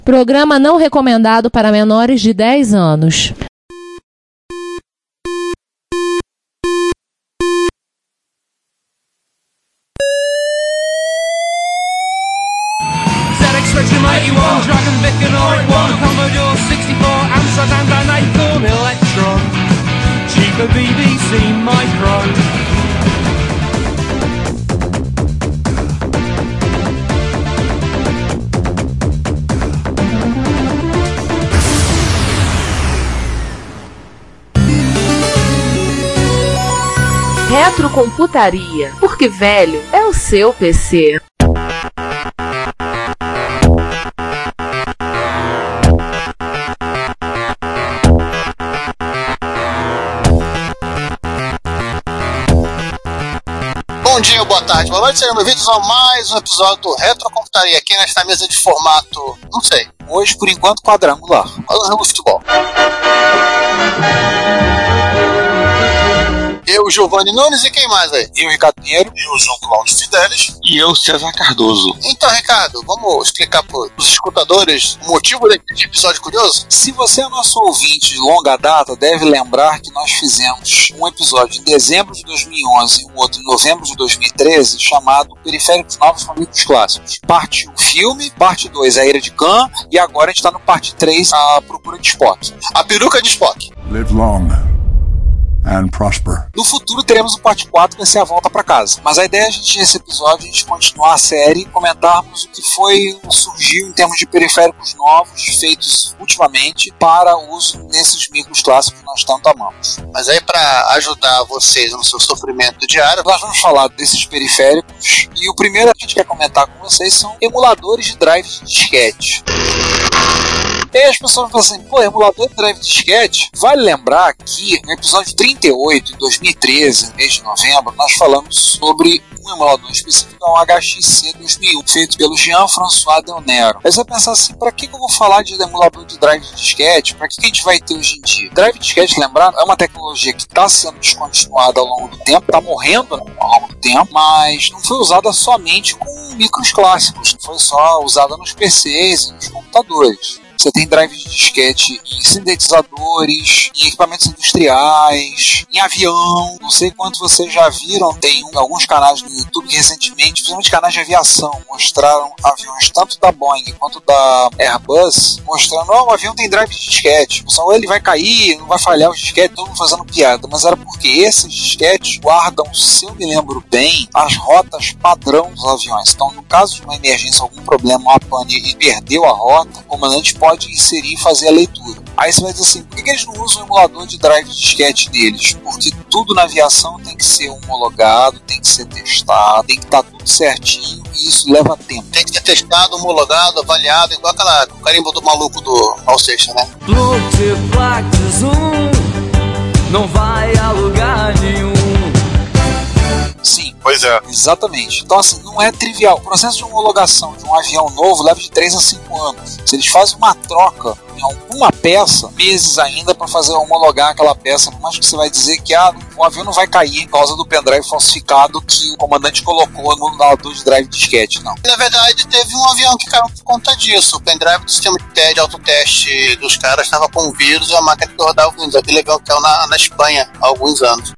Programa não recomendado para menores de 10 anos. ZX81, Dragon Vic and All-in-One, Commodore 64, Amsterdam and Acorn Electron, cheaper BBC Micro. Retrocomputaria, porque velho é o seu PC. Bom dia, boa tarde, boa noite, sejam bem-vindos a mais um episódio do Retrocomputaria, aqui nesta mesa de formato, não sei, hoje por enquanto quadrangular, mas um jogo de futebol. Eu, Giovanni Nunes, e quem mais aí? Eu, Ricardo Pinheiro. Eu, João Cláudio Fidelis. E eu, César Cardoso. Então, Ricardo, vamos explicar para os escutadores o motivo desse episódio curioso? Se você é nosso ouvinte de longa data, deve lembrar que nós fizemos um episódio em dezembro de 2011 e um outro em novembro de 2013, chamado Periféricos Novos com Micros Clássicos. Parte 1, filme, parte 2, a Ira de Khan, e agora a gente está no parte 3, a Procura de Spock. A peruca de Spock. Live long and prosper. No futuro teremos o parte 4, que vai ser a volta para casa. Mas a ideia é nesse episódio a gente continuar a série e comentarmos o que surgiu em termos de periféricos novos feitos ultimamente para uso nesses micros clássicos que nós tanto amamos. Mas aí, para ajudar vocês no seu sofrimento diário, nós vamos falar desses periféricos, e o primeiro que a gente quer comentar com vocês são emuladores de drive de disquete. E aí as pessoas falam assim, emulador de drive de disquete? Vale lembrar que no episódio 38, em 2013, mês de novembro, nós falamos sobre um emulador específico, é um HXC 2001, feito pelo Jean-François Delnero. Aí você vai pensar assim, para que eu vou falar de emulador de drive de disquete? Para que a gente vai ter hoje em dia? Drive de disquete, lembrando, é uma tecnologia que está sendo descontinuada ao longo do tempo, está morrendo ao longo do tempo, mas não foi usada somente com micros clássicos, foi só usada nos PCs e nos computadores. Você tem drive de disquete em sintetizadores, em equipamentos industriais, em avião. Não sei quantos vocês já viram, tem alguns canais no YouTube que recentemente, principalmente canais de aviação, mostraram aviões tanto da Boeing quanto da Airbus, mostrando, o avião tem drive de disquete. Pessoal, ele vai cair, não vai falhar os disquetes, todo mundo fazendo piada. Mas era porque esses disquetes guardam, se eu me lembro bem, as rotas padrão dos aviões. Então, no caso de uma emergência, algum problema, uma pane e perdeu a rota, o comandante pode inserir e fazer a leitura. Aí você vai dizer assim, por que eles não usam o emulador de drive de disquete deles? Porque tudo na aviação tem que ser homologado, tem que ser testado, tem que estar tudo certinho, e isso leva tempo. Tem que ser testado, homologado, avaliado, igual o carimbo do maluco do Alcesta, né? Não vai a lugar nenhum. Sim, pois é. Exatamente. Então, assim, não é trivial. O processo de homologação de um avião novo leva de 3 a 5 anos. Se eles fazem uma troca em alguma peça, meses ainda para fazer homologar aquela peça, por mais que você vai dizer que o avião não vai cair por causa do pendrive falsificado que o comandante colocou no emulador de drive de disquete, não. Na verdade, teve um avião que caiu por conta disso. O pendrive do sistema de autoteste dos caras estava com vírus e a máquina que rodava o Windows. Aquele avião que caiu na Espanha há alguns anos.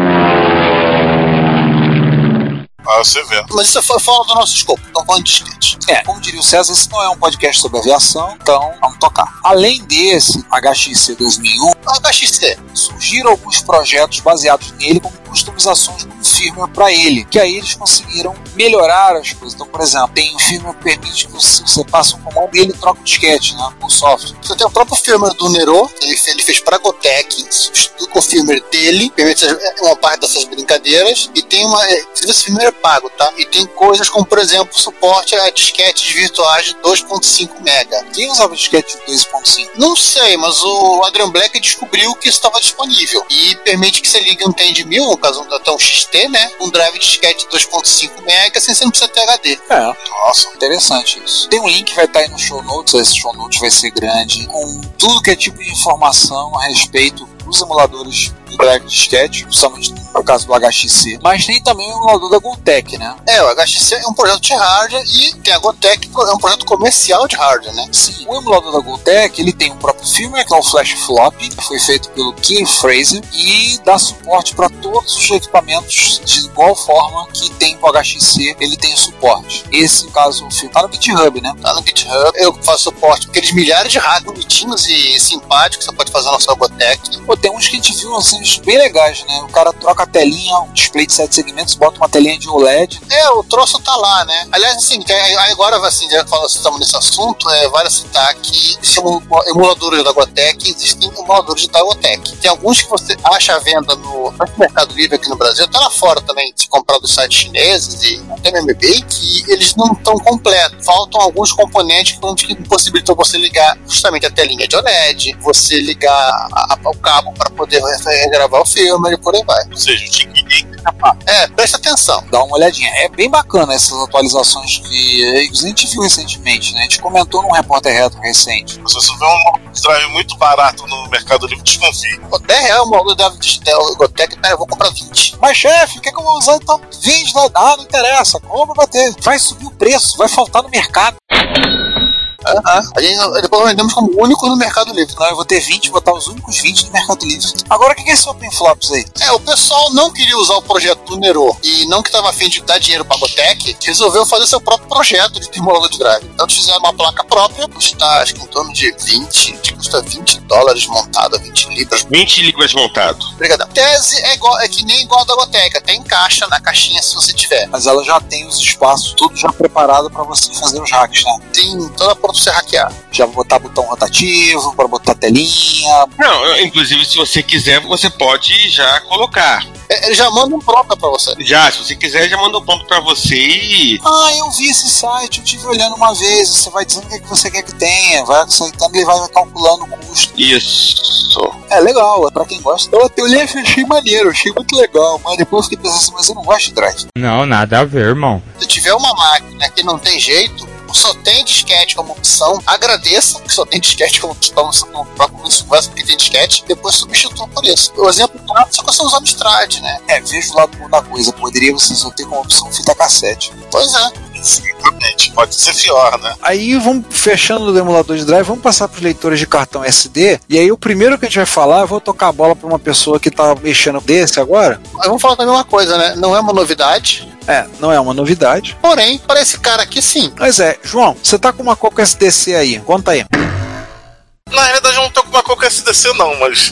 Você vê. Mas isso foi fora do nosso escopo, então falando de disquete. Como diria o César, esse não é um podcast sobre aviação, então vamos tocar. Além desse HXC 2001, surgiram alguns projetos baseados nele, como customizações com firmware para ele, que aí eles conseguiram melhorar as coisas. Então, por exemplo, tem um firmware que permite que você passe um comando e ele troca o disquete, né, com o software. Você tem o próprio firmware do Nero, ele fez para a Gotek, substitui com o firmware dele, permite uma parte dessas brincadeiras, e tem esse firmware é pago, tá? E tem coisas como, por exemplo, suporte a disquetes virtuais de 2.5 MB. Quem usava disquete de 2.5? Não sei, mas o Adrian Black descobriu que isso estava disponível e permite que você ligue um TEND 1000, no caso até um XT, né? Um drive de disquete de 2.5 MB, assim você não precisa ter HD. Nossa, interessante isso. Tem um link que vai estar aí no show notes, esse show notes vai ser grande, com tudo que é tipo de informação a respeito dos emuladores de drive de disquete, principalmente no no caso do HXC, mas tem também o emulador da Goltec, né? O HXC é um projeto de hardware e tem a Goltec, é um projeto comercial de hardware, né? Sim, o emulador da Goltec, ele tem o próprio firmware, que é o Flash Flop, que foi feito pelo Keir Fraser, e dá suporte para todos os equipamentos de igual forma que tem o HXC, ele tem o suporte. Esse, caso, o filme tá no GitHub, né? Tá no GitHub, eu faço suporte, aqueles milhares de hardware bonitinhos e simpáticos que você pode fazer na sua Goltec. Pô, tem uns que a gente viu, assim, bem legais, né? O cara troca a telinha, um display de 7 segmentos, bota uma telinha de OLED. O troço tá lá, né? Aliás, assim, agora, assim, já que estamos nesse assunto, vale citar que existem emuladores da Goltec, existem emuladores da Goltec. Tem alguns que você acha à venda no Mercado Livre aqui no Brasil, até lá fora também, se comprar dos sites chineses e até no MBA, que eles não estão completos. Faltam alguns componentes que possibilitam você ligar justamente a telinha de OLED, você ligar o cabo para poder gravar o filme e por aí vai. Ou seja, o tic-tac. Presta atenção. Dá uma olhadinha. É bem bacana essas atualizações que a gente viu recentemente, né? A gente comentou num Repórter Retro recente. Se você vê um drive muito barato no Mercado Livre, desconfie. R$10 o módulo da Goltec, eu vou comprar 20. Mas, chefe, o que eu vou usar então? 20, não interessa. Compra, vai ter. Vai subir o preço, vai faltar no mercado. A gente depois vendemos como único no Mercado Livre. Não, eu vou ter 20, botar os únicos 20 no Mercado Livre. Agora, o que é esse Open Flops aí? O pessoal não queria usar o projeto do Nero e não que estava afim de dar dinheiro para a Goltec, resolveu fazer seu próprio projeto de emulador de drive. Então, eles fizeram uma placa própria, custa, acho que em torno de custa $20 montada, 20 libras. 20 libras montado. Obrigadão. Tese é que nem igual a da Goltec, até encaixa na caixinha se você tiver. Mas ela já tem os espaços, tudo já preparado para você fazer os hacks, né? Tem toda a você hackear. Já vou botar botão rotativo, para botar telinha. Não, inclusive se você quiser, você pode já colocar. Ele já manda um pronto pra você. Se você quiser, já manda um pronto pra você e... eu vi esse site, eu estive olhando uma vez, você vai dizendo o que você quer que tenha, vai aceitando e vai calculando o custo. Isso. É legal, pra quem gosta. Eu olhei e achei maneiro, achei muito legal, mas depois eu fiquei pensando assim, mas eu não gosto de drive. Não, nada a ver, irmão. Se tiver uma máquina que não tem jeito, só tem disquete como opção, agradeça que só tem disquete como opção no próprio Windows porque tem disquete, depois substitua por isso. O exemplo claro é você usar o Amstrad, né? Vejo o lado bom da coisa, poderia você só ter como opção fita cassete. Pois é. Exatamente, pode ser pior, né? Aí vamos fechando do emulador de drive, vamos passar para os leitores de cartão SD, e aí o primeiro que a gente vai falar, eu vou tocar a bola para uma pessoa que tá mexendo desse agora. Vamos falar também uma coisa, né? Não é uma novidade. Não é uma novidade. Porém, para esse cara aqui, sim. Mas João, você tá com uma Coco SDC aí, conta aí. Na realidade eu não tô com uma Coco SDC não, mas...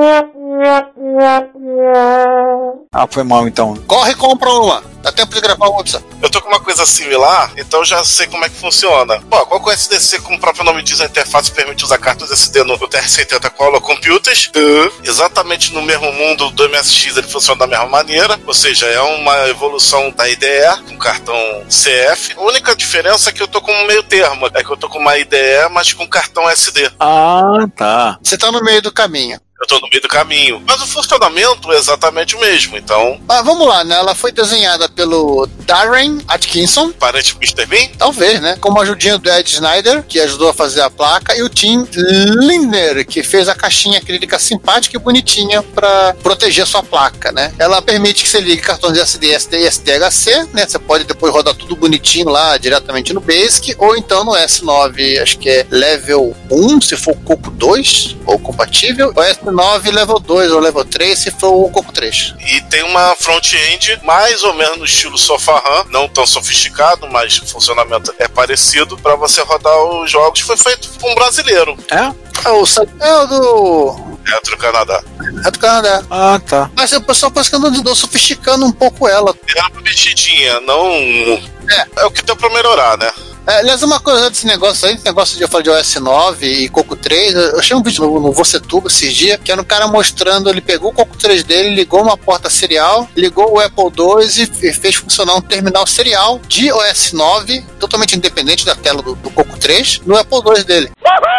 Foi mal então. Corre e compra uma. Dá tempo de gravar uma opção. Eu tô com uma coisa similar, então já sei como é que funciona. Bom, qual que é o SDC, como o próprio nome diz, a interface permite usar cartas SD no TR-80 Color Computers. Exatamente no mesmo mundo do MSX ele funciona da mesma maneira, ou seja, é uma evolução da IDE com cartão CF. A única diferença é que eu tô com um meio termo, é que eu tô com uma IDE, mas com cartão SD. Tá. Você tá no meio do caminho. Eu tô no meio do caminho. Mas o funcionamento é exatamente o mesmo, então... vamos lá, né? Ela foi desenhada pelo Darren Atkinson. Parente Mr. Bean? Talvez, né? Com uma ajudinha do Ed Snyder, que ajudou a fazer a placa, e o Tim Lindner, que fez a caixinha acrílica simpática e bonitinha pra proteger a sua placa, né? Ela permite que você ligue cartões de SD, SD e SDHC, né? Você pode depois rodar tudo bonitinho lá, diretamente no Basic, ou então no S9, acho que é Level 1, se for o Coco 2, ou compatível, ou S9 Level 2 ou Level 3, se for o Coco 3. E tem uma front-end mais ou menos no estilo SofaRAM, não tão sofisticado, mas o funcionamento é parecido, para você rodar os jogos. Foi feito por um brasileiro. É do Canadá. É do Canadá. Tá. Mas o pessoal parece que andou sofisticando um pouco ela. É uma mexidinha, não... É o que deu pra melhorar, né? Aliás, uma coisa desse negócio aí, esse negócio de eu falei de OS 9 e Coco 3, eu achei um vídeo no VocêTubo esses dias, que era um cara mostrando, ele pegou o Coco 3 dele, ligou uma porta serial, ligou o Apple II e fez funcionar um terminal serial de OS 9, totalmente independente da tela do Coco 3, no Apple II dele.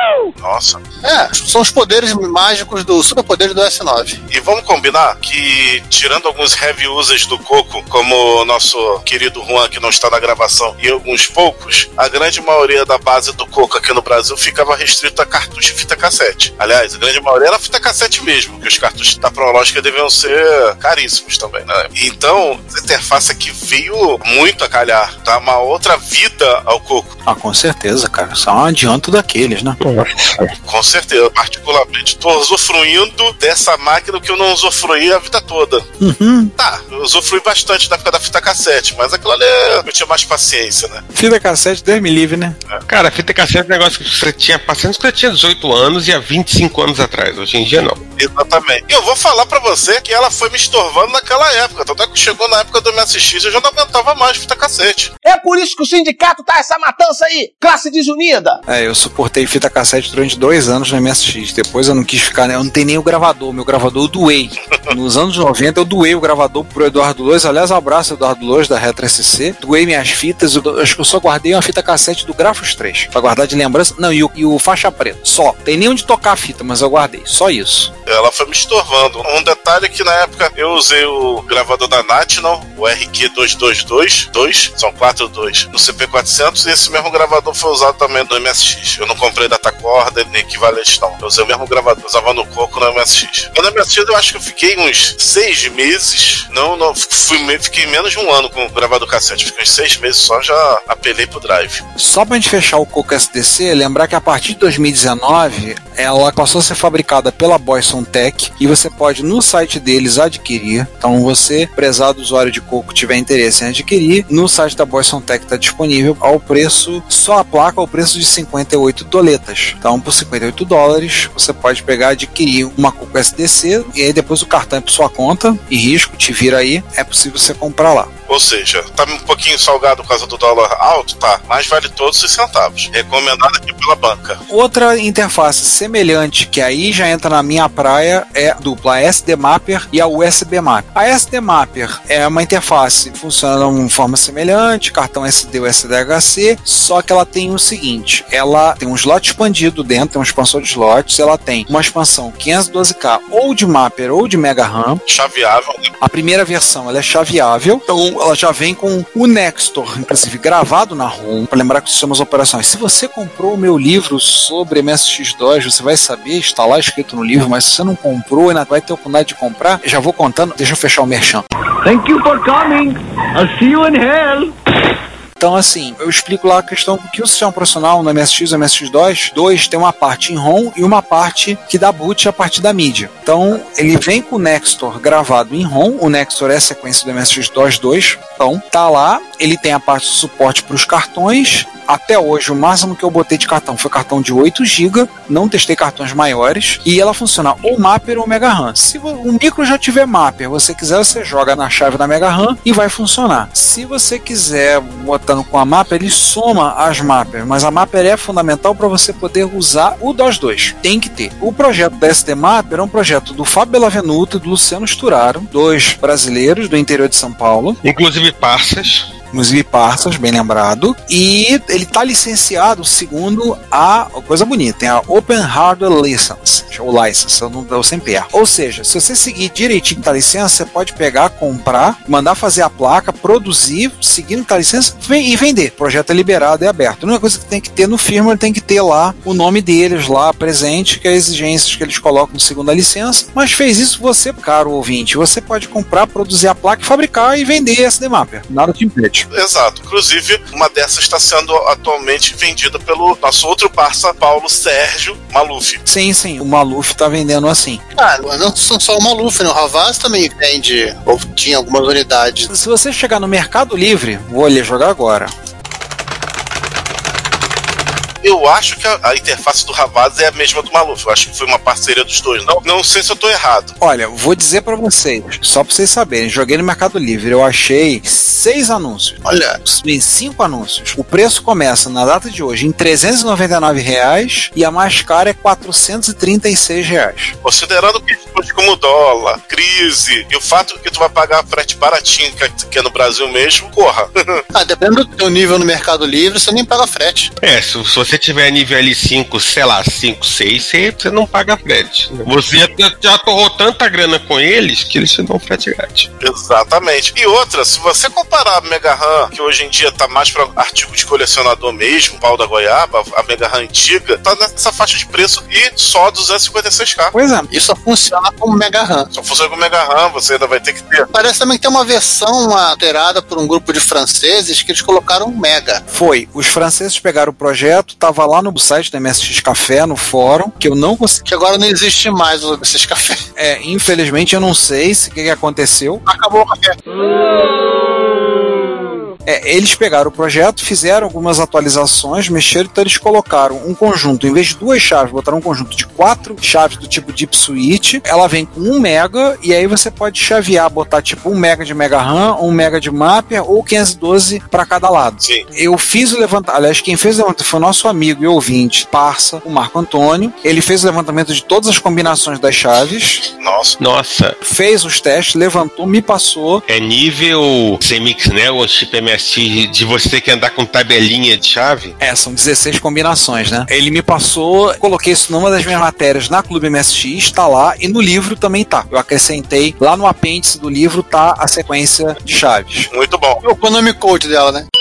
Nossa. São os poderes mágicos do superpoderes do S9. E vamos combinar que, tirando alguns heavy users do Coco, como o nosso querido Juan, que não está na gravação, e alguns poucos, a grande maioria da base do Coco aqui no Brasil ficava restrito a cartucho e fita cassete. Aliás, a grande maioria era fita cassete mesmo, porque os cartuchos da Prológica deviam ser caríssimos também, né? Então, a interface aqui veio muito a calhar, tá? Uma outra vida ao Coco. Com certeza, cara. Só um adianto daqueles, né? Com certeza. Particularmente, tô usufruindo dessa máquina que eu não usufruí a vida toda. Tá, eu usufruí bastante da época da fita cassete, mas aquilo ali eu tinha mais paciência, né? Fita cassete, Deus me livre, né? Cara, fita cassete é um negócio que você tinha paciência quando você tinha 18 anos e há 25 anos atrás. Hoje em dia, não. Exatamente. E eu vou falar pra você que ela foi me estorvando naquela época. Tanto é que chegou na época do MSX, eu já não aguentava mais fita cassete. É por isso que o sindicato tá essa matança aí, classe desunida. Eu suportei fita cassete durante 2 anos no MSX. Depois eu não quis ficar, né? Eu não tenho nem o gravador. Meu gravador eu doei. Nos anos 90 eu doei o gravador pro Eduardo Lois. Aliás, abraço Eduardo Lois da Retro SC. Doei minhas fitas. Acho que eu só guardei uma fita cassete do Grafos 3 pra guardar de lembrança. Não, e o faixa preta. Só. Tem nem onde tocar a fita, mas eu guardei. Só isso. Ela foi me estorvando. Um detalhe é que na época eu usei o gravador da National, o RQ222, são 4.2, no CP400, e esse mesmo gravador foi usado também no MSX. Eu não comprei datacorda nem equivalente, não. Eu usei o mesmo gravador, usava no Coco no MSX. No MSX eu acho que eu fiquei uns 6 meses, fiquei menos de um ano com o gravador cassete, fiquei uns 6 meses só, já apelei pro drive. Só pra gente fechar o Coco SDC, lembrar que a partir de 2019 ela passou a ser fabricada pela Boyson Tech e você pode no site deles adquirir. Então você, prezado usuário de Coco, tiver interesse em adquirir, no site da Boyson Tech está disponível ao preço, só a placa ao preço de 58 doletas. Então por $58 você pode pegar, adquirir uma Coco SDC e aí depois o cartão é por sua conta e risco, te vira aí, é possível você comprar lá. Ou seja, tá um pouquinho salgado por causa do dólar alto, tá? Mas vale todos os centavos. Recomendado aqui pela banca. Outra interface semelhante, que aí já entra na minha praia, é a dupla, a SD Mapper e a USB Mapper. A SD Mapper é uma interface que funciona de uma forma semelhante, cartão SD ou SDHC, só que ela tem o seguinte, ela tem um slot expandido dentro, tem um expansor de slots, ela tem uma expansão 512K ou de Mapper ou de Mega RAM. Chaveável, né? A primeira versão ela é chaveável, então ela já vem com o Nextor, inclusive gravado na ROM, para lembrar que sistemas operacionais. Se você comprou o meu livro sobre MSX2, você vai saber, está lá escrito no livro, mas se você não comprou, ainda vai ter a oportunidade de comprar. Já vou contando, deixa eu fechar o merchan. Thank you for coming. I'll see you in hell. Então, assim, eu explico lá a questão que o sistema operacional no MSX e MSX2 tem uma parte em ROM e uma parte que dá boot a partir da mídia. Então, ele vem com o Nextor gravado em ROM, o Nextor é a sequência do MSX-DOS 2, então tá lá, ele tem a parte de suporte para os cartões. Até hoje, o máximo que eu botei de cartão foi cartão de 8 GB, não testei cartões maiores, e ela funciona ou Mapper ou Mega RAM. Se o micro já tiver Mapper, você quiser, você joga na chave da Mega RAM e vai funcionar. Se você quiser, botando com a Mapper, ele soma as Mapper, mas a Mapper é fundamental para você poder usar o DOS 2. Tem que ter. O projeto da SD Mapper é um projeto do Fábio Bellavenuto e do Luciano Sturaro, 2 brasileiros do interior de São Paulo. Inclusive parças, bem lembrado, e ele está licenciado segundo a coisa bonita, tem a Open Hardware License, ou License, eu sempre erro. Ou seja, se você seguir direitinho a licença, você pode pegar, comprar, mandar fazer a placa, produzir, seguindo a licença e vender. O projeto é liberado, é aberto. A única coisa que tem que ter no firmware, tem que ter lá o nome deles lá presente, que é as exigências que eles colocam segundo a licença, mas fez isso você, caro ouvinte, você pode comprar, produzir a placa, fabricar e vender SD Mapper. Nada te impede. Exato. Inclusive, uma dessas está sendo atualmente vendida pelo nosso outro parça, Paulo Sérgio Maluf. Sim, o Maluf está vendendo assim. Não são só o Maluf, né? O Havas também vende, ou tinha algumas unidades. Se você chegar no Mercado Livre, vou ali jogar agora. Eu acho que a interface do Havaz é a mesma do Maluf. Eu acho que foi uma parceria dos dois. Não sei se eu tô errado. Olha, vou dizer pra vocês, só pra vocês saberem, joguei no Mercado Livre, eu achei 6 anúncios. Olha, 5 anúncios. O preço começa, na data de hoje, em R$399 e a mais cara é R$436. Considerando que como dólar, crise, e o fato que tu vai pagar frete baratinho que é no Brasil mesmo, corra. Dependendo do teu nível no Mercado Livre, você nem paga frete. Se você você tiver nível L5, sei lá, 5, 6, você não paga frete. Você já torrou tanta grana com eles que eles te dão frete grátis. Exatamente. E outra, se você comparar a Mega RAM, que hoje em dia tá mais pra artigo de colecionador mesmo, pau da goiaba, a Mega RAM antiga, tá nessa faixa de preço e só 256k. Pois é. Isso só funciona como Mega RAM. Só funciona com Mega RAM, você ainda vai ter que ter. Parece também que tem uma versão alterada por um grupo de franceses que eles colocaram um Mega. Foi. Os franceses pegaram o projeto, tava lá no site da MSX Café, no fórum, que eu não consegui. Que agora não existe mais o MSX Café. Infelizmente eu não sei o que aconteceu. Acabou o café. Eles pegaram o projeto, fizeram algumas atualizações, mexeram, então eles colocaram um conjunto, em vez de 2 chaves, botaram um conjunto de 4 chaves do tipo Deep Switch. Ela vem com 1 mega, e aí você pode chavear, botar tipo 1 mega de Mega RAM, 1 mega de Mapper ou 512 para cada lado. Sim. Eu fiz o levantamento, aliás, quem fez o levantamento foi o nosso amigo e ouvinte, parça, o Marco Antônio. Ele fez o levantamento de todas as combinações das chaves. Nossa. Fez os testes, levantou, me passou. É nível CMix, né? O chip MSX de você ter que andar com tabelinha de chave? São 16 combinações, né? Ele me passou, coloquei isso numa das minhas matérias na Clube MSX, tá lá, e no livro também tá. Eu acrescentei, lá no apêndice do livro tá a sequência de chaves. Muito bom. O Konami Code dela, né?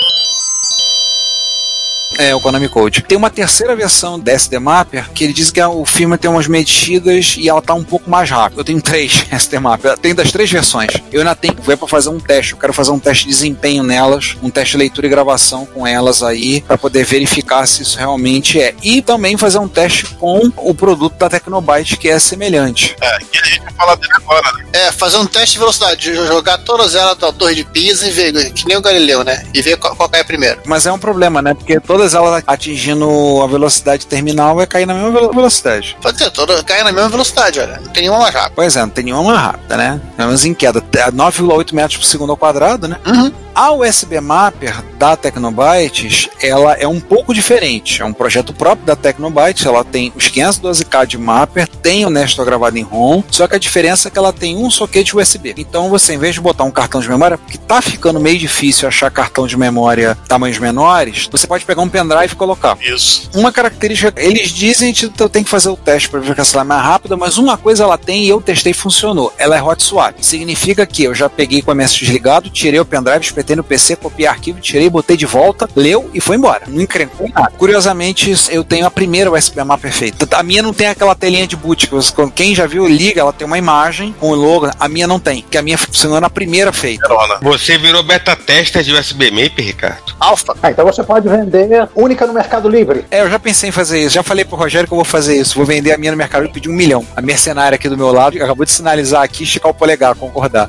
O Konami Code. Tem uma terceira versão da SD Mapper, que ele diz que o firmware tem umas medidas e ela tá um pouco mais rápida. Eu tenho 3 SD Mapper. Eu tenho das 3 versões. Eu ainda tenho que ver pra fazer um teste. Eu quero fazer um teste de desempenho nelas, um teste de leitura e gravação com elas aí, pra poder verificar se isso realmente é. E também fazer um teste com o produto da Tecnobyte, que é semelhante. E a gente vai falar dele agora, né? Fazer um teste de velocidade, jogar todas elas da torre de Pisa e ver, que nem o Galileu, né? E ver qual cai primeiro. Mas é um problema, né? Porque todas elas atingindo a velocidade terminal vai cair na mesma velocidade. Pode ser, cai na mesma velocidade, olha. Não tem nenhuma mais rápida. Pois é, não tem nenhuma mais rápida, né? Pelo menos em queda. 9,8 metros por segundo ao quadrado, né? Uhum. A USB Mapper da Tecnobytes, ela é um pouco diferente. É um projeto próprio da Tecnobytes. Ela tem os 512K de Mapper, tem o Nestor gravado em ROM, só que a diferença é que ela tem um soquete USB. Então você, em vez de botar um cartão de memória, porque tá ficando meio difícil achar cartão de memória tamanhos menores, você pode pegar um pendrive e colocar. Isso. Uma característica, eles dizem que eu tenho que fazer o teste para ver se ela é mais rápida, mas uma coisa ela tem e eu testei e funcionou. Ela é hot swap. Significa que eu já peguei com o MS desligado, tirei o pendrive, espetei no PC, copiei arquivo, tirei, botei de volta, leu e foi embora. Não encrencou nada. Curiosamente, eu tenho a primeira USB Mapper perfeita. A minha não tem aquela telinha de boot, que quem já viu, liga, ela tem uma imagem com o logo. A minha não tem, que a minha funcionou na primeira feita. Você virou beta tester de USB Mapper, Ricardo? Alpha. Então você pode vender única no Mercado Livre. Eu já pensei em fazer isso. Já falei pro Rogério que eu vou fazer isso. Vou vender a minha no Mercado Livre e pedir 1 milhão. A mercenária aqui do meu lado acabou de sinalizar aqui, esticar o polegar, concordar.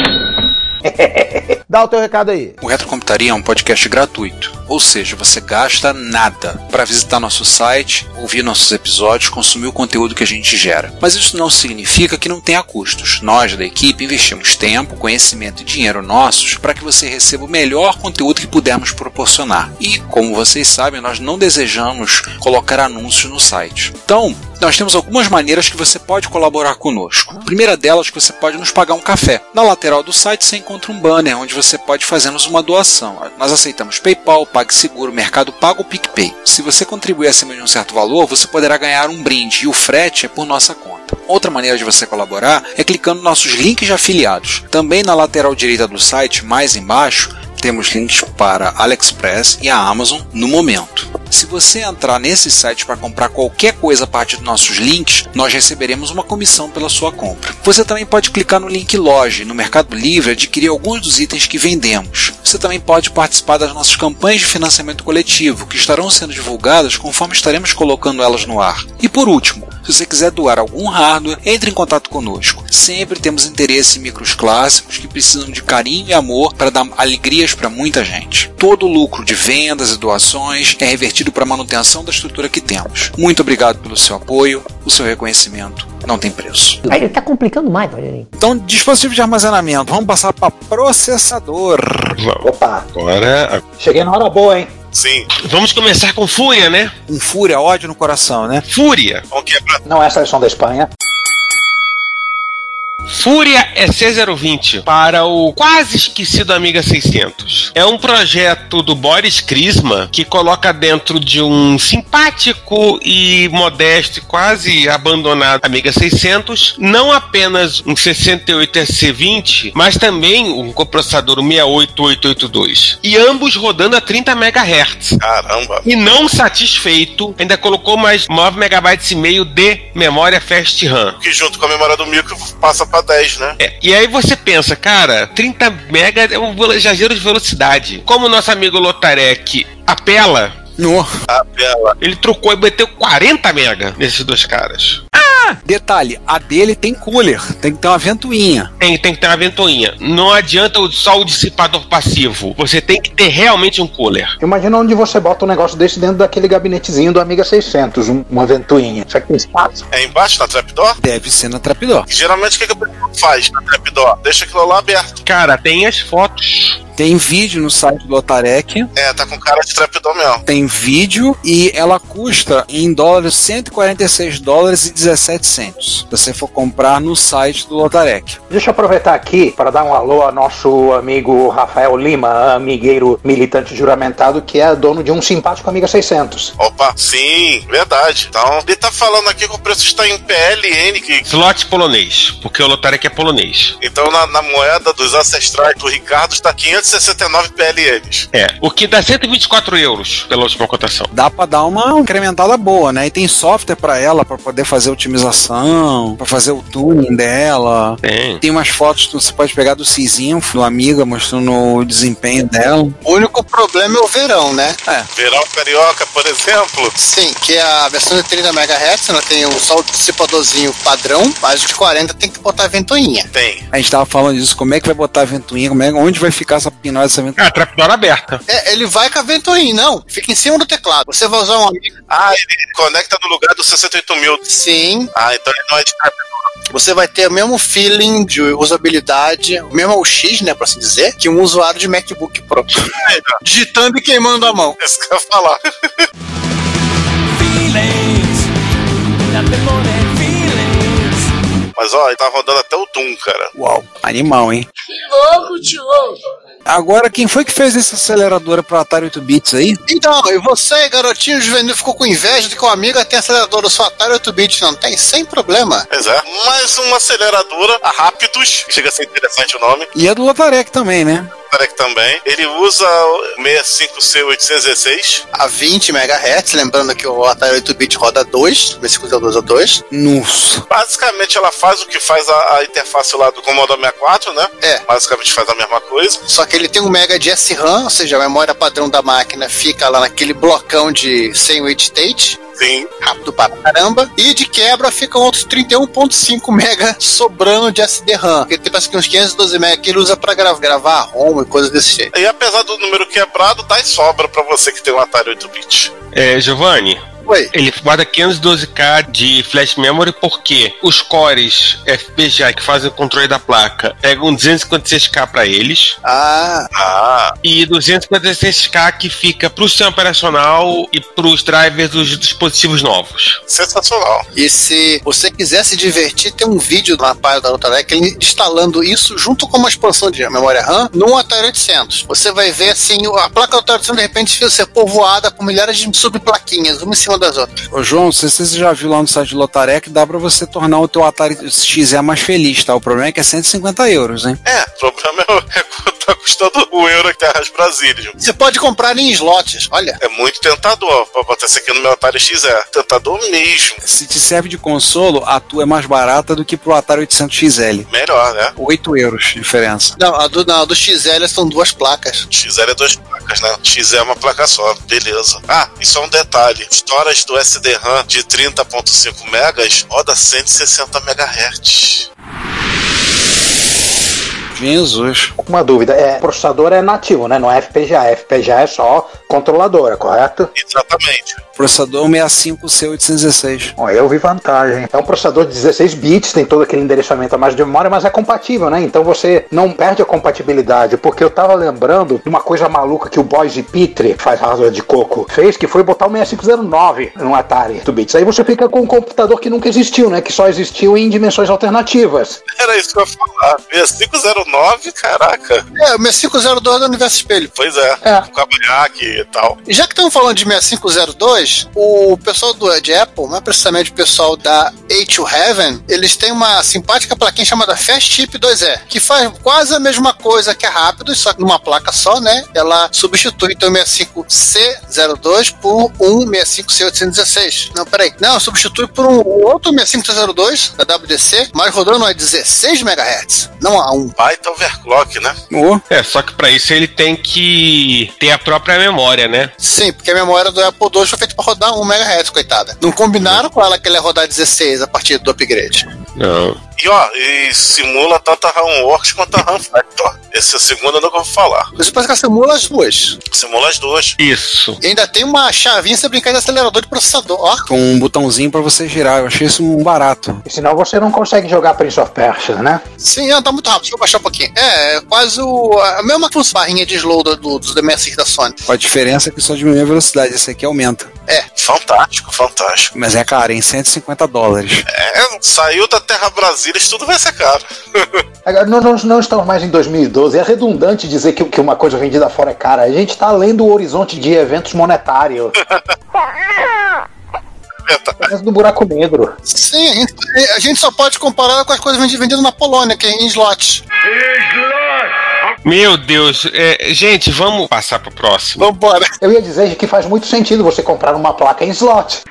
Dá o teu recado aí. O Retrocomputaria é um podcast gratuito, ou seja, você gasta nada para visitar nosso site, ouvir nossos episódios, consumir o conteúdo que a gente gera. Mas isso não significa que não tenha custos. Nós, da equipe, investimos tempo, conhecimento e dinheiro nossos para que você receba o melhor conteúdo que pudermos proporcionar. E, como vocês sabem, nós não desejamos colocar anúncios no site. Então, nós temos algumas maneiras que você pode colaborar conosco. A primeira delas é que você pode nos pagar um café. Na lateral do site você encontra um banner onde você pode fazer-nos uma doação. Nós aceitamos PayPal, PagSeguro, Mercado Pago ou PicPay. Se você contribuir acima de um certo valor, você poderá ganhar um brinde e o frete é por nossa conta. Outra maneira de você colaborar é clicando nos nossos links de afiliados. Também na lateral direita do site, mais embaixo, temos links para a AliExpress e a Amazon no momento. Se você entrar nesse site para comprar qualquer coisa a partir dos nossos links, nós receberemos uma comissão pela sua compra. Você também pode clicar no link Loja no Mercado Livre e adquirir alguns dos itens que vendemos. Você também pode participar das nossas campanhas de financiamento coletivo, que estarão sendo divulgadas conforme estaremos colocando elas no ar. E por último, se você quiser doar algum hardware, entre em contato conosco. Sempre temos interesse em micros clássicos que precisam de carinho e amor para dar alegrias para muita gente. Todo o lucro de vendas e doações é revertido para a manutenção da estrutura que temos. Muito obrigado pelo seu apoio, o seu reconhecimento não tem preço. Aí ele tá complicando mais, Rogerinho. Então, dispositivo de armazenamento, vamos passar para processador. Opa, Agora... cheguei na hora boa, hein? Sim. Vamos começar com Fúria, né? Um Fúria, ódio no coração, né? Fúria. Vamos quebrar. Não é a seleção da Espanha. Fúria EC020 para o quase esquecido Amiga 600. É um projeto do Boris Krisma que coloca dentro de um simpático e modesto e quase abandonado Amiga 600 não apenas um 68 EC20, mas também um coprocessador 68882. E ambos rodando a 30 MHz. Caramba! E não satisfeito, ainda colocou mais 9 MB e meio de memória Fast RAM. Que junto com a memória do micro passa pra 10, né? E aí você pensa, cara, 30 MB é um exagero de velocidade. Como o nosso amigo Lotarek apela, ele trocou e meteu 40 MB nesses dois caras. Detalhe, a dele tem cooler, tem que ter uma ventoinha. Tem que ter uma ventoinha. Não adianta só o dissipador passivo. Você tem que ter realmente um cooler. Imagina onde você bota um negócio desse dentro daquele gabinetezinho do Amiga 600, uma ventoinha. Será que tem espaço? É embaixo na trapdoor? Deve ser na trapdoor. Geralmente o que a pessoa faz na trapdoor? Deixa aquilo lá aberto. Cara, tem as fotos. Tem vídeo no site do Lotarek. Tá com cara de trapdoor mesmo. Tem vídeo e ela custa em dólares $146,17. Se você for comprar no site do Lotarek. Deixa eu aproveitar aqui para dar um alô ao nosso amigo Rafael Lima, amigueiro militante juramentado, que é dono de um simpático Amiga 600. Opa, sim, verdade. Então, ele tá falando aqui que o preço está em PLN. Slot polonês, porque o Lotarek é polonês. Então, na moeda dos ancestrais do Ricardo está 569 PLNs. O que dá 124 euros pela última cotação. Dá pra dar uma incrementada boa, né? E tem software pra ela, pra poder fazer otimização, pra fazer o tuning dela. Tem umas fotos que você pode pegar do Cizinho, do Amiga, mostrando o desempenho dela. O único problema é o verão, né? Verão carioca, por exemplo. Sim, que a versão de 30 MHz, ela tem só o dissipadorzinho padrão, mas de 40 tem que botar a ventoinha. Tem. A gente tava falando disso, como é que vai botar a ventoinha, onde vai ficar essa pinóide dessa ventoinha? A trapdoor aberta. Ele vai com a ventoinha, não. Fica em cima do teclado. Você vai usar um Amiga. Ele conecta no lugar do 68.000. Sim. Então ele não é de trapdoor. Você vai ter o mesmo feeling de usabilidade, o mesmo UX, né, pra assim dizer, que um usuário de MacBook Pro. Digitando e queimando a mão. Isso que eu ia falar. Mas ele tá rodando até o Doom, cara. Uau, animal, hein? Que louco, tio! Agora, quem foi que fez essa aceleradora pro Atari 8-bits aí? Então, e você, garotinho juvenil, ficou com inveja de que o Amiga tem aceleradora do seu Atari 8-bits? Não tem? Sem problema. Pois é. Mais uma aceleradora a Rápidos. Chega a ser interessante o nome. E é do Lotarek também, né? Lotarek também. Ele usa o 65C816. A 20 MHz, lembrando que o Atari 8-bit roda 2, 65C2 a 2. Nossa. Basicamente, ela faz o que faz a interface lá do Commodore 64, né? Basicamente faz a mesma coisa. Só que ele tem 1 MB de SRAM, ou seja, a memória padrão da máquina fica lá naquele blocão de 100 weight state. Sim. Rápido para caramba. E de quebra ficam outros 31.5 MB sobrando de SD-RAM. Porque tem uns 512 MB que ele usa para gravar ROM e coisas desse jeito. E apesar do número quebrado, dá e sobra para você que tem um Atari 8-bit. Giovanni, ele guarda 512K de flash memory porque os cores FPGA que fazem o controle da placa pegam 256K para eles. E 256K que fica pro sistema operacional e pros drivers dos dispositivos novos. Sensacional. E se você quiser se divertir, tem um vídeo na página da Lotarek ele instalando isso junto com uma expansão de memória RAM no Atari 800. Você vai ver assim, a placa do Atari 800 de repente vai ser povoada por milhares de subplaquinhas, uma em cima das outras. Ô João, não sei se você já viu lá no site do Lotarek, dá pra você tornar o teu Atari XE mais feliz, tá? O problema é que é 150 euros, hein? O problema é tá custando o euro que as Brasília. Você pode comprar em slots, olha. É muito tentador. Pra botar isso aqui no meu Atari XE. Tentador mesmo. Se te serve de consolo, a tua é mais barata do que pro Atari 800 XL. Melhor, né? 8 euros de diferença. Não, a do XL são 2 placas. XL é 2 placas, né? XE é uma placa só. Beleza. E só um detalhe. Storage do SD-RAM de 30.5 megas roda 160 MHz. Jesus. Uma dúvida, processador é nativo, né? Não é FPGA. FPGA é só controladora, correto? Exatamente. Processador 65C816. Bom, eu vi vantagem. É um processador de 16 bits, tem todo aquele endereçamento a mais de memória, mas é compatível, né? Então você não perde a compatibilidade, porque eu tava lembrando de uma coisa maluca que o Boise Pitre, que faz hardware de coco, fez, que foi botar o 6509 no Atari 8 bits. Aí você fica com um computador que nunca existiu, né? Que só existiu em dimensões alternativas. Era isso que eu ia falar. 6509, caraca. O 6502 do Universo Espelho. Pois é. Com cavanhaque e tal. E já que estamos falando de 6502, o pessoal de Apple, mais precisamente o pessoal da A2 Heaven, eles têm uma simpática plaquinha chamada Fast Chip 2E, que faz quase a mesma coisa que a Rápidos, só que numa placa só, né? Ela substitui então o 65C02 por um 65C816. Não, peraí. Não, substitui por um outro 65C02 da WDC, mas rodando a 16 MHz, não a 1. Baita overclock, né? Só que pra isso ele tem que ter a própria memória, né? Sim, porque a memória do Apple II foi feita pra rodar 1 MHz, coitada. Não combinaram com ela que ela ia rodar 16 a partir do upgrade. Não. E simula tanto a RAMWorks quanto a RAM Factor. Essa segunda eu nunca vou falar. Você parece que ela simula as duas. Simula as duas. Isso. E ainda tem uma chavinha pra você brincar de acelerador de processador, ó. Com um botãozinho pra você girar. Eu achei isso um barato. E senão você não consegue jogar Prince of Persia, né? Sim, não, tá muito rápido. Deixa eu baixar um pouquinho. É quase a mesma barrinha de slow dos DMS da Sony. Com a diferença que só diminui a velocidade. Esse aqui aumenta. Fantástico, fantástico. Mas é caro, em $150. Saiu da Terra Brasília, isso tudo vai ser caro. Não estamos mais em 2012. É redundante dizer que uma coisa vendida fora é cara. A gente está além do horizonte de eventos monetários. Parece do buraco negro. Sim, a gente só pode comparar com as coisas vendidas na Polônia, que é em slot. Meu Deus, gente, vamos passar pro próximo. Vambora. Eu ia dizer que faz muito sentido você comprar uma placa em slot.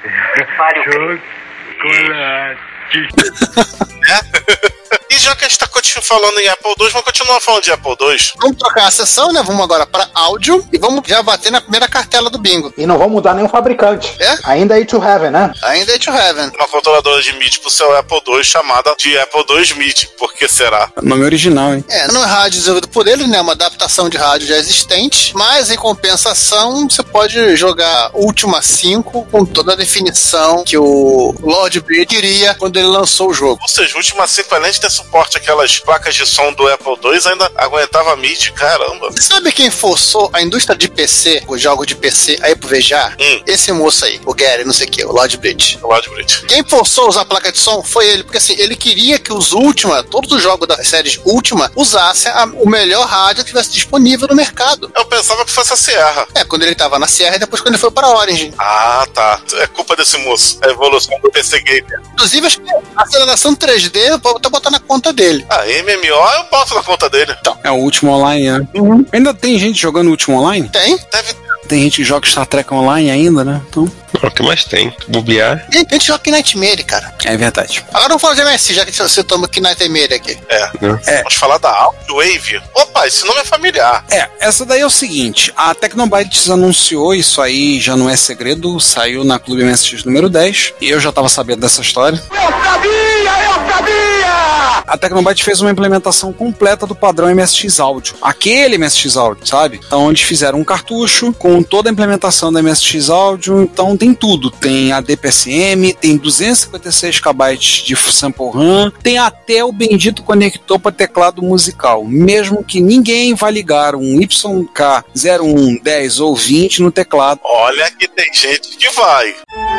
E já que a gente tá falando em Apple II, vamos continuar falando de Apple II. Vamos trocar a sessão, né? Vamos agora para áudio e vamos já bater na primeira cartela do bingo. E não vamos mudar nenhum fabricante. Ainda é A2 Heaven, né? Ainda é A2 Heaven. Uma controladora de MIDI pro seu Apple II chamada de Apple II MIDI. Por que será? Nome original, hein? Não é rádio desenvolvido por ele, né? É uma adaptação de rádio já existente, mas em compensação você pode jogar Ultima 5 com toda a definição que o Lord Bridge queria quando ele lançou o jogo. Ou seja, o Ultima 5, além de ter suporte àquelas placas de som do Apple II, ainda aguentava MIDI, caramba. Sabe quem forçou a indústria de PC, os jogos de PC, aí pro VGA? Esse moço aí, o Gary, não sei o que, o Lord Bridge. Quem forçou a usar a placa de som foi ele, porque assim, ele queria que os Ultima, todos os jogos da série Ultima, usassem o melhor rádio que tivesse disponível no mercado. Eu pensava que fosse a Sierra. Quando ele tava na Sierra e depois quando ele foi para a Origin. Ah, tá. É culpa desse moço. A evolução do PC Gamer. Inclusive, acho que a aceleração 3D eu vou botar na conta dele. MMO eu boto na conta dele. Então. É o Ultima Online, né? Ainda tem gente jogando Ultima Online? Tem. Tem gente que joga Star Trek Online ainda, né? Então... O que mais tem? Bobear. E a gente joga Knightmare, cara. É verdade. Agora vamos falar de MSI, já que você toma Knightmare aqui. Vamos falar da Wave. Opa, esse nome é familiar. Essa daí é o seguinte, a Tecnobytes anunciou, isso aí já não é segredo, saiu na Clube MSX número 10, e eu já tava sabendo dessa história. Eu sabia! A Tecnobyte fez uma implementação completa do padrão MSX Audio. Aquele MSX Audio, sabe? Então eles fizeram um cartucho com toda a implementação da MSX Audio, então tem tudo. Tem a DPSM, tem 256 KB de sample RAM, tem até o bendito conector para teclado musical. Mesmo que ninguém vá ligar um YK01, 10 ou 20 no teclado. Olha que tem gente que vai.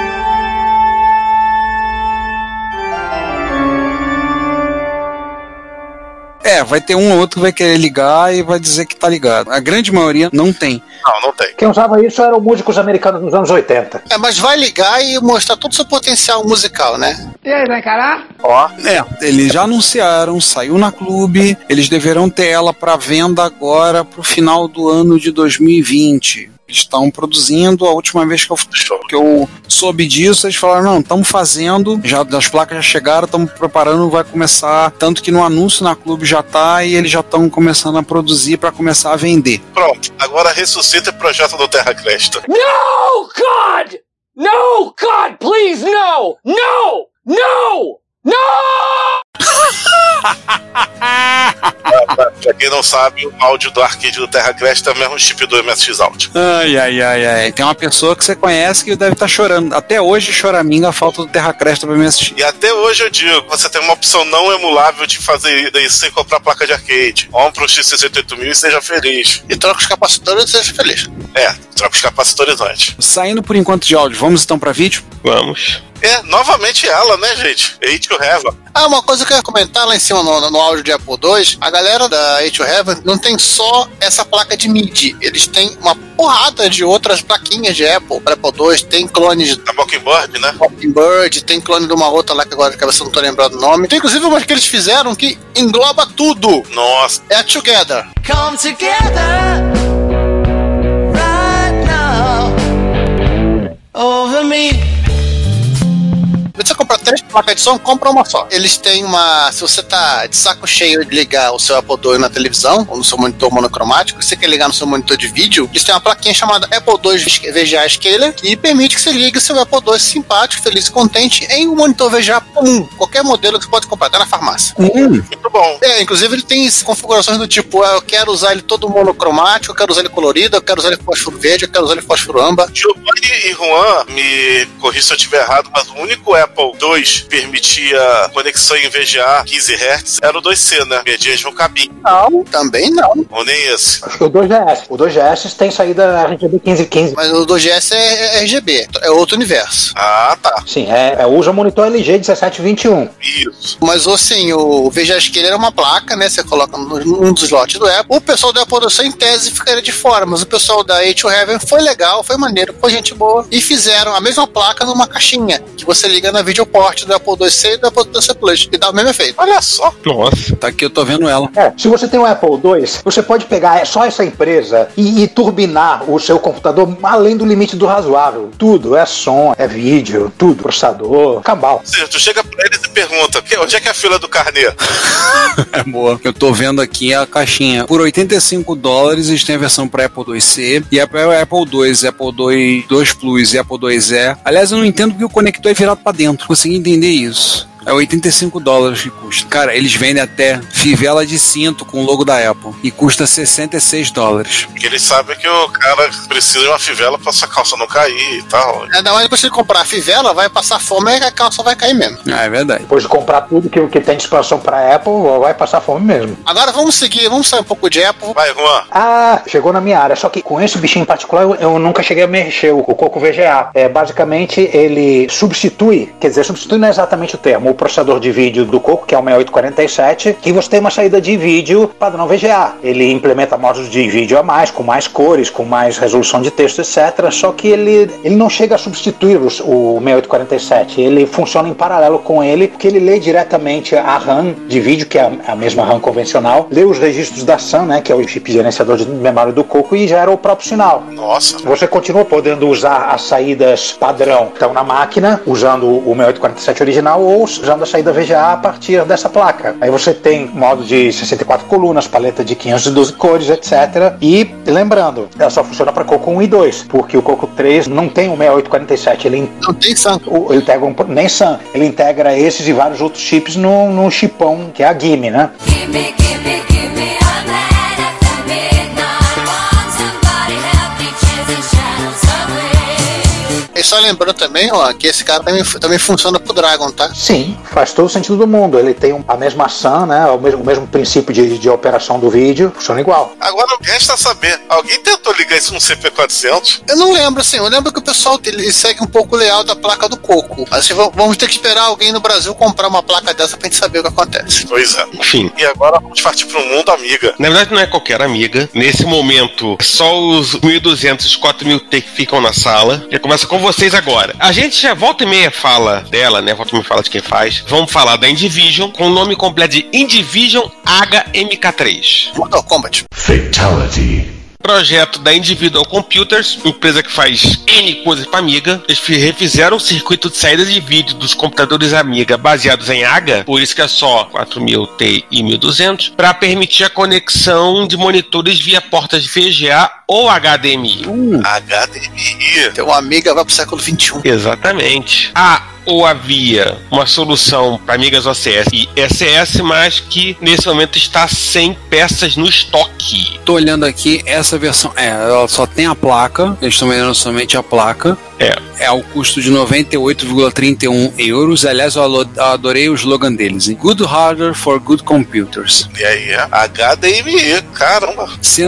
Vai ter um ou outro que vai querer ligar e vai dizer que tá ligado. A grande maioria não tem. Não tem. Quem usava isso eram músicos americanos nos anos 80. Mas vai ligar e mostrar todo o seu potencial musical, né? E aí, vai encarar? Eles já anunciaram, saiu na Clube, eles deverão ter ela para venda agora pro final do ano de 2020. Estão produzindo, a última vez que eu soube disso, eles falaram, não, estamos fazendo, já as placas já chegaram, estamos preparando, vai começar, tanto que no anúncio na Clube já tá, e eles já estão começando a produzir para começar a vender. Pronto, agora ressuscita o projeto do Terra Cresta. No, God! No, God, please, no! No! No! No! Pra quem não sabe, o áudio do arcade do TerraCrash também é um chip do MSX Audio. Ai. Tem uma pessoa que você conhece que deve estar chorando. Até hoje choraminga a falta do TerraCrash do MSX. E até hoje eu digo, você tem uma opção não emulável de fazer isso sem comprar placa de arcade. Vamos pro X68000 e seja feliz. E troca os capacitores e seja feliz. Troca os capacitores antes. Saindo por enquanto de áudio, vamos então pra vídeo? Vamos. Novamente ela, né, gente? A2 Heaven. Uma coisa que eu ia comentar lá em cima no áudio de Apple II, a galera da A2 Heaven não tem só essa placa de MIDI, eles têm uma porrada de outras plaquinhas de Apple para Apple II, tem clones da Mockingbird, né? Mockingbird, tem clone de uma outra lá que agora de cabeça não tô lembrando o nome. Tem inclusive umas que eles fizeram que engloba tudo. Nossa. É a Together. Come together right now over me. Se você comprar 3 placas de som, compra uma só. Eles têm uma... Se você tá de saco cheio de ligar o seu Apple II na televisão, ou no seu monitor monocromático, se você quer ligar no seu monitor de vídeo, eles têm uma plaquinha chamada Apple II VGA Scaler, que permite que você ligue o seu Apple II simpático, feliz e contente em um monitor VGA comum. Qualquer modelo que você pode comprar, até na farmácia. Muito bom. Inclusive ele tem configurações do tipo, eu quero usar ele todo monocromático, eu quero usar ele colorido, eu quero usar ele fósforo verde, eu quero usar ele fósforo âmbar. Giovanni e Juan, me corri se eu estiver errado, mas o único Apple II permitia conexão em VGA 15 Hz era o 2C, né? Media de um cabinho. Não, também não. Ou nem esse. Acho que o 2GS. O 2GS tem saída RGB 1515. Mas o 2GS é RGB, é outro universo. Ah, tá. Sim, usa monitor LG 1721. Isso. Mas assim, o VGA Scaler é uma placa, né? Você coloca num dos slots do Apple. O pessoal da Apple II em tese ficaria de fora, mas o pessoal da A2 Heaven foi legal, foi maneiro, foi gente boa. E fizeram a mesma placa numa caixinha, que você liga na videoport do Apple IIc e do Apple IIc Plus, e dá o mesmo efeito. Olha só. Nossa. Tá aqui, eu tô vendo ela. Se você tem um Apple II, você pode pegar só essa empresa e turbinar o seu computador além do limite do razoável. Tudo, é som, é vídeo, tudo, processador, cabal. Tu chega pra eles e pergunta, onde é que é a fila do carnê? É boa. Eu tô vendo aqui a caixinha. Por $85 eles têm a versão para Apple IIc e Apple II, Apple II 2 Plus e Apple IIe. Aliás, eu não entendo porque o conector é virado pra dentro. Consegui entender isso. É $85 que custa. Cara, eles vendem até fivela de cinto com o logo da Apple e custa $66. Porque eles sabem que o cara precisa de uma fivela pra sua calça não cair e tal. Ainda mais depois de comprar a fivela, vai passar fome e a calça vai cair mesmo. É verdade. Depois de comprar tudo que tem de expansão pra Apple, vai passar fome mesmo. Agora vamos seguir, vamos sair um pouco de Apple. Vai, Juan. Chegou na minha área. Só que com esse bichinho em particular, eu nunca cheguei a mexer o Coco VGA. Basicamente, ele substitui não é exatamente o termo, o processador de vídeo do Coco, que é o 6847, que você tem uma saída de vídeo padrão VGA. Ele implementa modos de vídeo a mais, com mais cores, com mais resolução de texto, etc. Só que ele não chega a substituir o 6847. Ele funciona em paralelo com ele, porque ele lê diretamente a RAM de vídeo, que é a mesma RAM convencional, lê os registros da SAM, né, que é o chip gerenciador de memória do Coco, e gera o próprio sinal. Nossa. Você continua podendo usar as saídas padrão que estão na máquina, usando o 6847 original, ou usando a saída VGA a partir dessa placa. Aí você tem modo de 64 colunas, paleta de 512 cores, etc. E lembrando, ela só funciona para Coco 1 e 2, porque o Coco 3 não tem o 6847, ele não tem SAM. Ele integra nem SAM, ele integra esses e vários outros chips num chipão que é a Gimme, né? E só lembrando também, que esse cara também funciona pro Dragon, tá? Sim, faz todo o sentido do mundo. Ele tem a mesma SAM, né? O mesmo princípio de operação do vídeo, funciona igual. Agora resta saber, alguém tentou ligar isso no CP400? Eu não lembro, assim, eu lembro que o pessoal ele segue um pouco o layout da placa do Coco. Assim, vamos ter que esperar alguém no Brasil comprar uma placa dessa pra gente saber o que acontece. Pois é. Enfim. E agora vamos partir pro mundo Amiga. Na verdade não é qualquer Amiga. Nesse momento, só os 1.200, os 4.000 T que ficam na sala. Já começa com vocês agora. A gente já volta e meia fala dela, né? Volta e meia fala de quem faz. Vamos falar da Indivision, com o nome completo de Indivision HMK3. Mortal Kombat. Fatality. Projeto da Individual Computers, empresa que faz N coisas para Amiga. Eles refizeram o circuito de saída de vídeo dos computadores Amiga baseados em AGA, por isso que é só 4000 T e 1200, para permitir a conexão de monitores via portas VGA ou HDMI. HDMI. Então uma Amiga vai pro século XXI. Exatamente. Ou havia uma solução para Amigas OCS e SS, mas que nesse momento está sem peças no estoque. Tô olhando aqui, essa versão, ela só tem a placa, eles estão vendendo somente a placa. É ao custo de 98,31 euros. Aliás, eu adorei o slogan deles, hein? Good hardware for good computers. E aí, HDMI, caramba.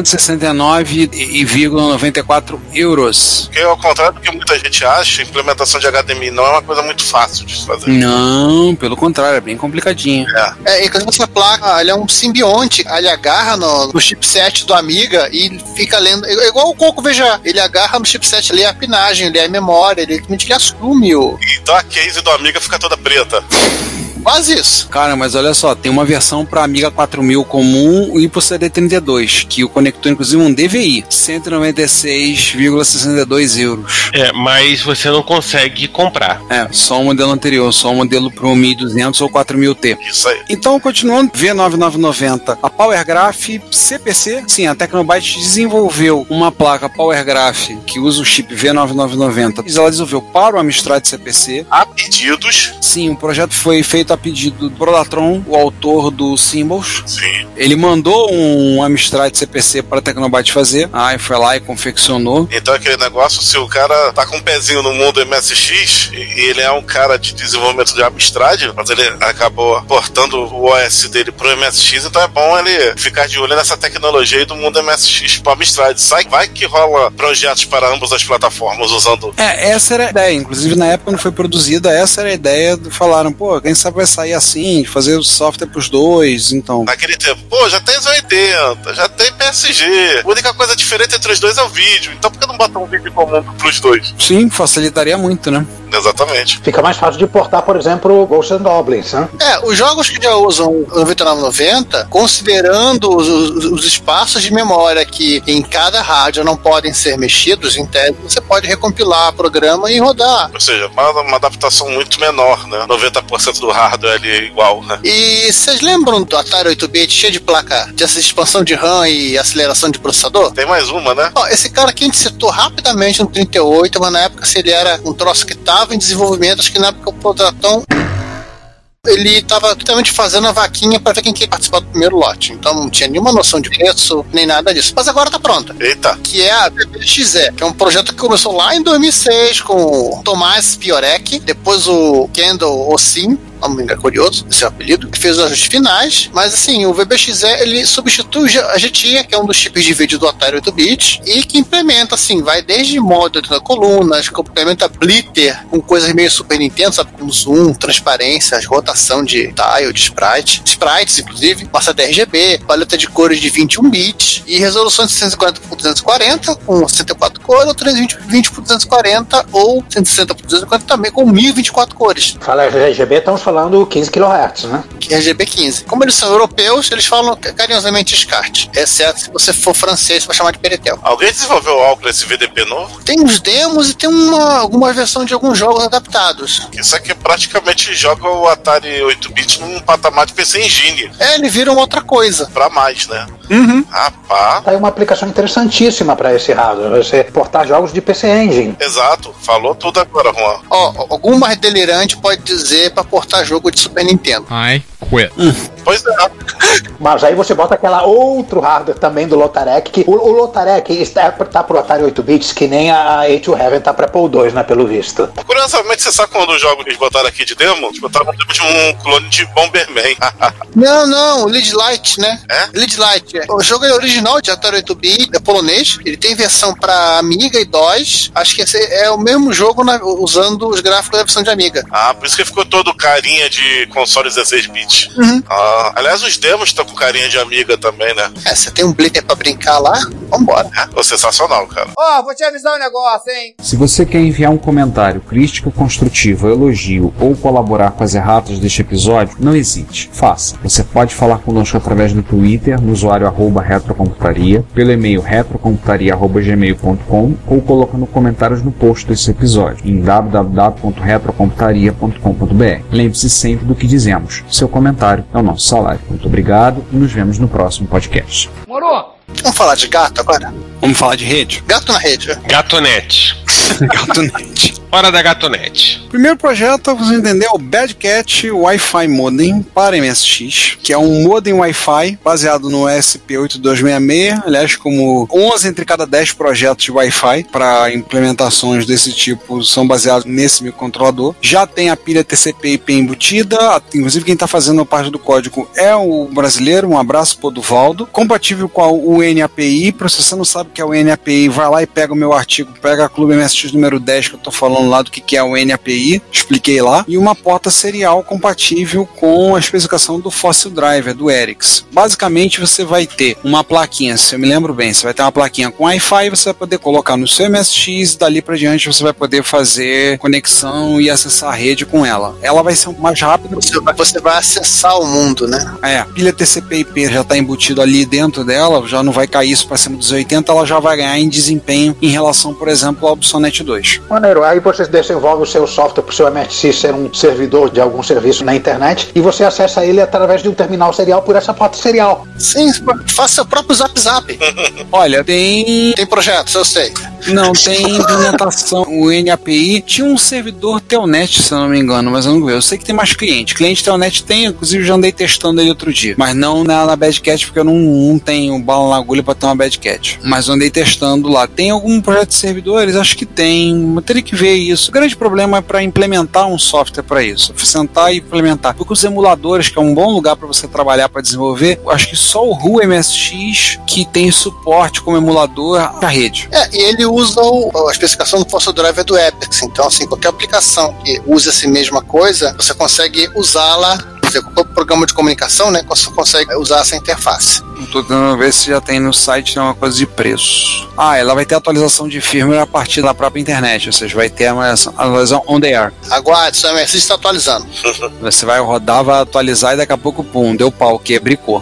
169,94 euros. Porque ao contrário do que muita gente acha, a implementação de HDMI não é uma coisa muito fácil de se fazer. Não, pelo contrário, é bem complicadinho. Inclusive essa placa, ele é um simbionte, ele agarra no chipset do Amiga e fica lendo, igual o Coco VGA, ele agarra no chipset, lê a pinagem, lê a memória, ele assume o... Então a case do Amiga fica toda preta. Quase isso. Cara, mas olha só, tem uma versão para Amiga 4000 comum e pro CD32, que o conector inclusive um DVI, 196,62 euros. Mas você não consegue comprar. Só o modelo anterior, só o modelo pro 1200 ou 4000T. Isso aí. Então, continuando, V9990, a PowerGraph CPC, sim, a Tecnobyte desenvolveu uma placa PowerGraph que usa o chip V9990. Ela desenvolveu para o Amstrad CPC. A pedidos. Sim, o projeto foi feito a pedido do Prodatron, o autor do Symbols. Sim. Ele mandou um Amstrad CPC para a Tecnobyte fazer, aí foi lá e confeccionou. Então aquele negócio, se o cara tá com um pezinho no mundo MSX, e ele é um cara de desenvolvimento de Amstrad, mas ele acabou portando o OS dele pro MSX, então é bom ele ficar de olho nessa tecnologia aí do mundo MSX pro Amstrad. Vai que rola projetos para ambas as plataformas usando... Essa era a ideia, inclusive na época quando foi produzida, essa era a ideia, falaram, quem sabe vai sair assim, fazer o software pros dois, então... Naquele tempo, já tem Z80, já tem PSG, a única coisa diferente entre os dois é o vídeo, então por que não botar um vídeo comum pros dois? Sim, facilitaria muito, né? Exatamente. Fica mais fácil de portar, por exemplo, Ghosts and Goblins, né? Os jogos que já usam o 9990, considerando os espaços de memória que em cada rádio não podem ser mexidos, em tese, você pode recompilar o programa e rodar. Ou seja, uma adaptação muito menor, né? 90% do hardware ali é igual, né? E vocês lembram do Atari 8-bit cheio de placa de expansão de RAM e aceleração de processador? Tem mais uma, né? Esse cara aqui a gente citou rapidamente no 38, mas na época se ele era um troço que estava em desenvolvimento, acho que na época o Prodatron ele estava totalmente fazendo a vaquinha para ver quem queria participar do primeiro lote. Então não tinha nenhuma noção de preço, nem nada disso. Mas agora tá pronta. Eita! Que é a VBXE, que é um projeto que começou lá em 2006 com o Tomás Piorek, depois o Kendall Ossin, nome curioso, esse é o apelido, que fez os ajustes finais, mas assim, o VBXE, ele substitui a GTIA, que é um dos chips de vídeo do Atari 8-bit, e que implementa, assim, vai desde modo de colunas, complementa blitter, com coisas meio Super Nintendo, sabe, com zoom, transparência, rotação de tile, de sprites, inclusive, massa de RGB, paleta de cores de 21 bits, e resolução de 140 por 240, com 64 cores, ou 320 por 240, ou 160 por 240, também com 1024 cores. Fala RGB, estamos falando 15 kHz, né? RGB 15. Como eles são europeus, eles falam carinhosamente SCART, exceto se você for francês, vai chamar de Peretel. Alguém desenvolveu algo nesse VDP novo? Tem uns demos e tem alguma versão de alguns jogos adaptados. Isso aqui praticamente joga o Atari 8-bit num patamar de PC Engine. Ele vira uma outra coisa. Pra mais, né? Uhum. Rapaz. Tá aí uma aplicação interessantíssima para esse hardware, você portar jogos de PC Engine. Exato, falou tudo agora, Juan. Algum mais delirante pode dizer pra portar jogo de Super Nintendo. I quit. Pois é. Mas aí você bota aquela outro hardware também do Lotarec, que o Lotarec tá pro Atari 8-bits, que nem a A2 Heaven tá pra Apple II, né, pelo visto. Curiosamente, você sabe quando os jogos que eles botaram aqui de demo? Eles botaram um demo de um clone de Bomberman. Não, Lead Light, né? Lead Light. O jogo é original de Atari 8-bit, é polonês, ele tem versão pra Amiga e DOS, acho que esse é o mesmo jogo usando os gráficos da versão de Amiga. Por isso que ficou todo carinha de console 16-bit. Uhum. Aliás, os demos estão com carinha de Amiga também, né? Você tem um blitter pra brincar lá? Vambora. Sensacional, cara. Vou te avisar um negócio, hein? Se você quer enviar um comentário crítico, construtivo, elogio ou colaborar com as erratas deste episódio, não hesite, faça. Você pode falar conosco através do Twitter, no usuário @retrocomputaria, pelo e-mail retrocomputaria@gmail.com ou colocando comentários no post desse episódio em www.retrocomputaria.com.br. Lembre-se sempre do que dizemos. Seu comentário é o nosso salário. Muito obrigado e nos vemos no próximo podcast. Moro! Vamos falar de gato agora? Vamos falar de rede? Gato na rede. Gatonet. Gatonet. Hora da Gatonet. Primeiro projeto, pra você entender, é o Bad Cat Wi-Fi Modem para MSX, que é um modem Wi-Fi baseado no ESP8266, aliás, como 11 entre cada 10 projetos de Wi-Fi para implementações desse tipo são baseados nesse microcontrolador. Já tem a pilha TCP/IP embutida, inclusive quem está fazendo parte do código é o brasileiro, um abraço pro Duvaldo, compatível com a UNAPI. Para você não sabe o que é o UNAPI, vai lá e pega o meu artigo, pega a Clube MSX número 10 que eu tô falando lá do que é o NAPI, expliquei lá, e uma porta serial compatível com a especificação do Fossil Driver, do Erics. Basicamente você vai ter uma plaquinha, se eu me lembro bem, você vai ter uma plaquinha com Wi-Fi, você vai poder colocar no seu MSX e dali pra diante você vai poder fazer conexão e acessar a rede com ela. Ela vai ser mais rápida. Você vai acessar o mundo, né? A pilha TCP/IP já está embutido ali dentro dela, já não vai cair isso para cima dos 80, ela já vai ganhar em desempenho em relação, por exemplo, ao Opsonet 2. Maneiro, aí você desenvolve o seu software para o seu MSX ser um servidor de algum serviço na internet e você acessa ele através de um terminal serial por essa porta serial. Sim, faça seu próprio Zap Zap. Olha, tem projetos, eu sei. Não, tem implementação. O NAPI tinha um servidor Telnet, se eu não me engano, mas eu não vi. Eu sei que tem mais cliente. Cliente Telnet tem, inclusive já andei testando ele outro dia. Mas não na Bad Cat, porque eu não tenho bala na agulha pra ter uma Bad Cat. Mas eu andei testando lá. Tem algum projeto de servidores? Acho que tem. Eu teria que ver isso. O grande problema é para implementar um software para isso. Sentar e implementar. Porque os emuladores, que é um bom lugar para você trabalhar para desenvolver, acho que só o RU MSX que tem suporte como emulador à rede. E ele usa a especificação do Fossil Driver do Epix. Então, assim, qualquer aplicação que use essa mesma coisa, você consegue usá-la. Qualquer programa de comunicação, né? Você consegue usar essa interface. Estou tentando ver se já tem no site uma coisa de preço. Ela vai ter atualização de firmware a partir da própria internet, ou seja, vai ter uma atualização on the air. Aguarde, seu MSX está atualizando. Você vai rodar, vai atualizar e daqui a pouco, pum, deu pau, quebricou.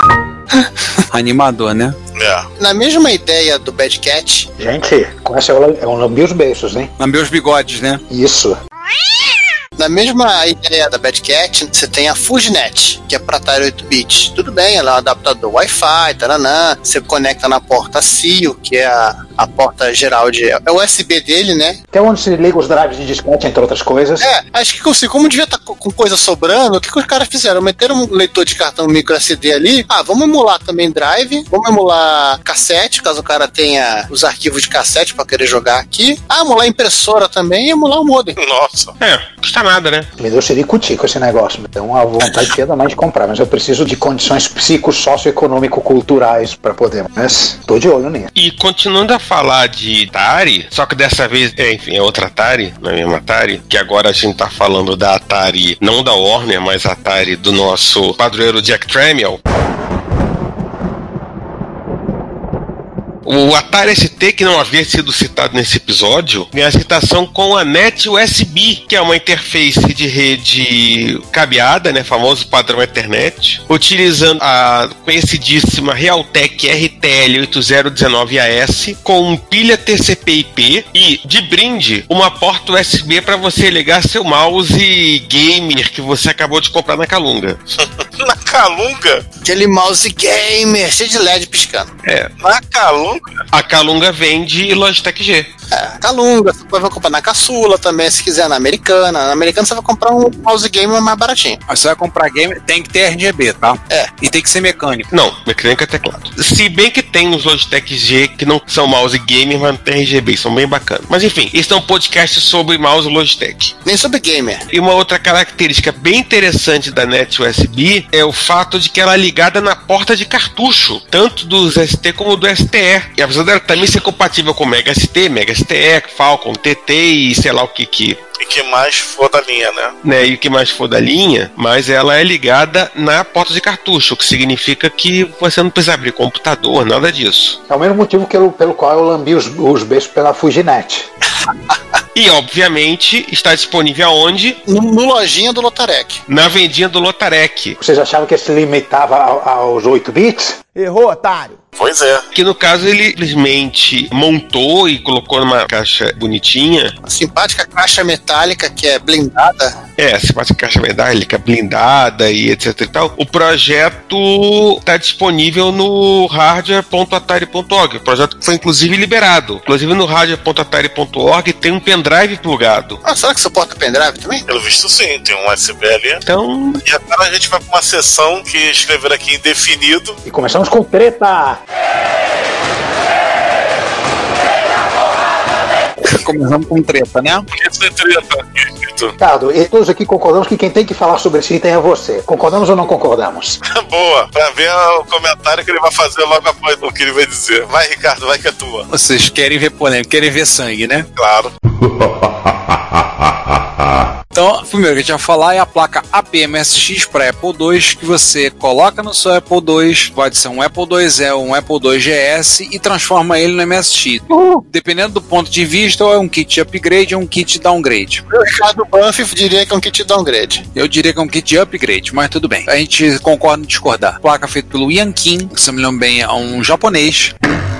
Animador, né? Na mesma ideia do Bad Cat. Gente, conhece o Lambi os Beiços, hein? Lambi os Bigodes, né? Isso. Na mesma ideia da Bad Cat, você tem a Fujinet, que é para Atari 8 bits. Tudo bem, ela é um adaptador Wi-Fi, taranã. Você conecta na porta CIO, que é a porta geral de... É o USB dele, né? Que é onde se liga os drives de disquete, entre outras coisas. Acho que assim, como devia estar com coisa sobrando, o que os caras fizeram? Meteram um leitor de cartão micro SD ali. Vamos emular também drive, vamos emular cassete, caso o cara tenha os arquivos de cassete para querer jogar aqui. Emular impressora também e emular o modem. Nossa. Custa nada, né? Me deu xericuti com esse negócio. Me deu uma vontade que mais de comprar, mas eu preciso de condições psico-socioeconômico-culturais para poder. Mas tô de olho nisso. E continuando a falar de Atari, só que dessa vez, enfim, é outra Atari, não é a mesma Atari, que agora a gente tá falando da Atari, não da Warner, mas a Atari do nosso padroeiro Jack Tramiel. O Atari ST, que não havia sido citado nesse episódio, tem a citação com a NET USB, que é uma interface de rede cabeada, né, famoso padrão Ethernet, utilizando a conhecidíssima Realtek RTL 8019AS com pilha TCP/IP e, de brinde, uma porta USB para você ligar seu mouse gamer que você acabou de comprar na Calunga. Na Calunga? Aquele mouse gamer, cheio de LED piscando. Na Calunga? A Calunga vende Logitech G. Calunga, você vai comprar na Caçula também, se quiser, na Americana. Na Americana você vai comprar um mouse gamer mais baratinho. Você vai comprar gamer, tem que ter RGB, tá? E tem que ser mecânico. Não, mecânica é teclado. Se bem que tem os Logitech G que não são mouse gamer, mas não tem RGB, são bem bacanas. Mas enfim, esse é um podcast sobre mouse Logitech. Nem sobre gamer. E uma outra característica bem interessante da NET USB é o fato de que ela é ligada na porta de cartucho, tanto dos ST como do STE. E apesar dela também ser compatível com Mega ST, Mega STE, Falcon, TT e sei lá o que que... E que mais for da linha, né? E o que mais for da linha, mas ela é ligada na porta de cartucho, o que significa que você não precisa abrir computador, nada disso. É o mesmo motivo pelo qual eu lambi os beijos pela Fujinet. E, obviamente, está disponível aonde? No lojinha do Lotarec. Na vendinha do Lotarec. Vocês achavam que se limitava aos 8 bits? Errou, otário. Pois é. Que no caso ele simplesmente montou e colocou numa caixa bonitinha. Uma simpática caixa metálica que é blindada. Simpática caixa metálica, blindada e etc e tal. O projeto está disponível no hardware.atari.org. O projeto foi inclusive liberado. Inclusive no hardware.atari.org tem um pendrive plugado. Será que suporta pendrive também? Pelo visto sim, tem um USB ali. Então... E agora a gente vai para uma sessão que escreveram aqui indefinido. E começamos com treta! Começamos com treta, né? Isso é treta. Ricardo, e todos aqui concordamos que quem tem que falar sobre esse item é você. Concordamos ou não concordamos? Boa, pra ver o comentário que ele vai fazer logo após o que ele vai dizer. Vai, Ricardo, vai que é tua. Vocês querem ver polêmica, querem ver sangue, né? Claro. Então, primeiro que a gente vai falar é a placa APMSX para Apple II, que você coloca no seu Apple II, pode ser um Apple IIe ou um Apple II GS, e transforma ele no MSX. Dependendo do ponto de vista, ou é um kit upgrade ou um kit downgrade. O Ricardo Banff diria que é um kit downgrade. Eu diria que é um kit upgrade, mas tudo bem. A gente concorda em discordar. Placa feita pelo Ian Kim, que se eu me lembro bem é um japonês.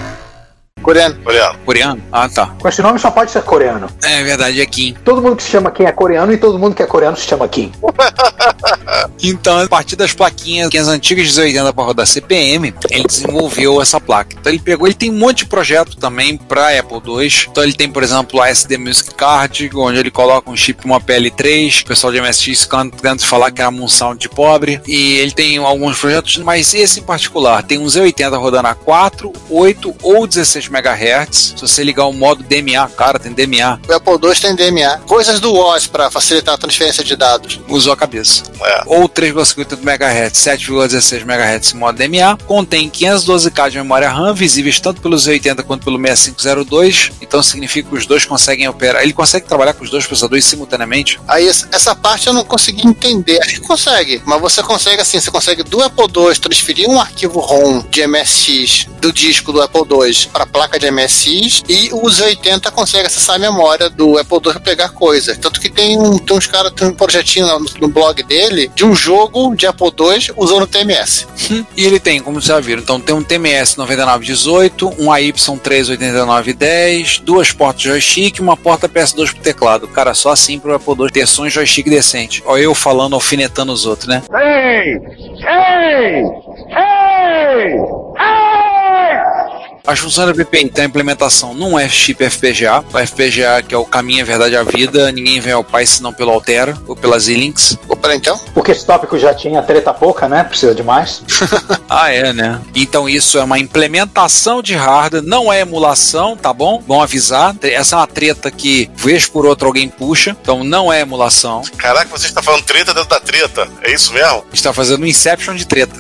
Coreano? Ah, tá. Com esse nome só pode ser coreano. É verdade, é Kim. Todo mundo que se chama Kim é coreano e todo mundo que é coreano se chama Kim. Então, a partir das plaquinhas antigas de 80 para rodar CPM, ele desenvolveu essa placa. Então ele tem um monte de projeto também para Apple II. Então ele tem, por exemplo, a SD Music Card, onde ele coloca um chip, uma PL3. O pessoal de MSX canta falar que era um sound de pobre. E ele tem alguns projetos, mas esse em particular tem um Z80 rodando a 4, 8 ou 16 MHz. Se você ligar o modo DMA, cara, tem DMA. O Apple II tem DMA. Coisas do OS para facilitar a transferência de dados. Usou a cabeça. Ou 3,50 MHz, 7,16 MHz em modo DMA. Contém 512K de memória RAM, visíveis tanto pelo Z80 quanto pelo 6502. Então significa que os dois conseguem operar. Ele consegue trabalhar com os dois processadores simultaneamente. Aí essa parte eu não consegui entender. Acho que consegue, mas você consegue assim, você consegue do Apple II transferir um arquivo ROM de MSX do disco do Apple II para a placa de MSX, e o Z80 consegue acessar a memória do Apple II para pegar coisa. Tanto que tem uns caras, tem um projetinho no blog dele de um jogo de Apple II usando TMS. E ele tem, como vocês já viram, então tem um TMS 9918, um AY3 8910, duas portas joystick e uma porta PS2 pro teclado. Cara, só assim pro Apple II ter som joystick decente. Olha eu falando, alfinetando os outros, né? As funções da PPI tem a implementação num chip FPGA. O FPGA, que é o caminho, a verdade, a vida. Ninguém vem ao pai senão pelo Altera ou pela Xilinx. Opa, então? Porque esse tópico já tinha treta pouca, né? Precisa de mais. É, né? Então isso é uma implementação de hardware, não é emulação, tá bom? Vão avisar. Essa é uma treta que, vez por outra, alguém puxa. Então não é emulação. Caraca, você está falando treta dentro da treta. É isso mesmo? A gente está fazendo um Inception de treta.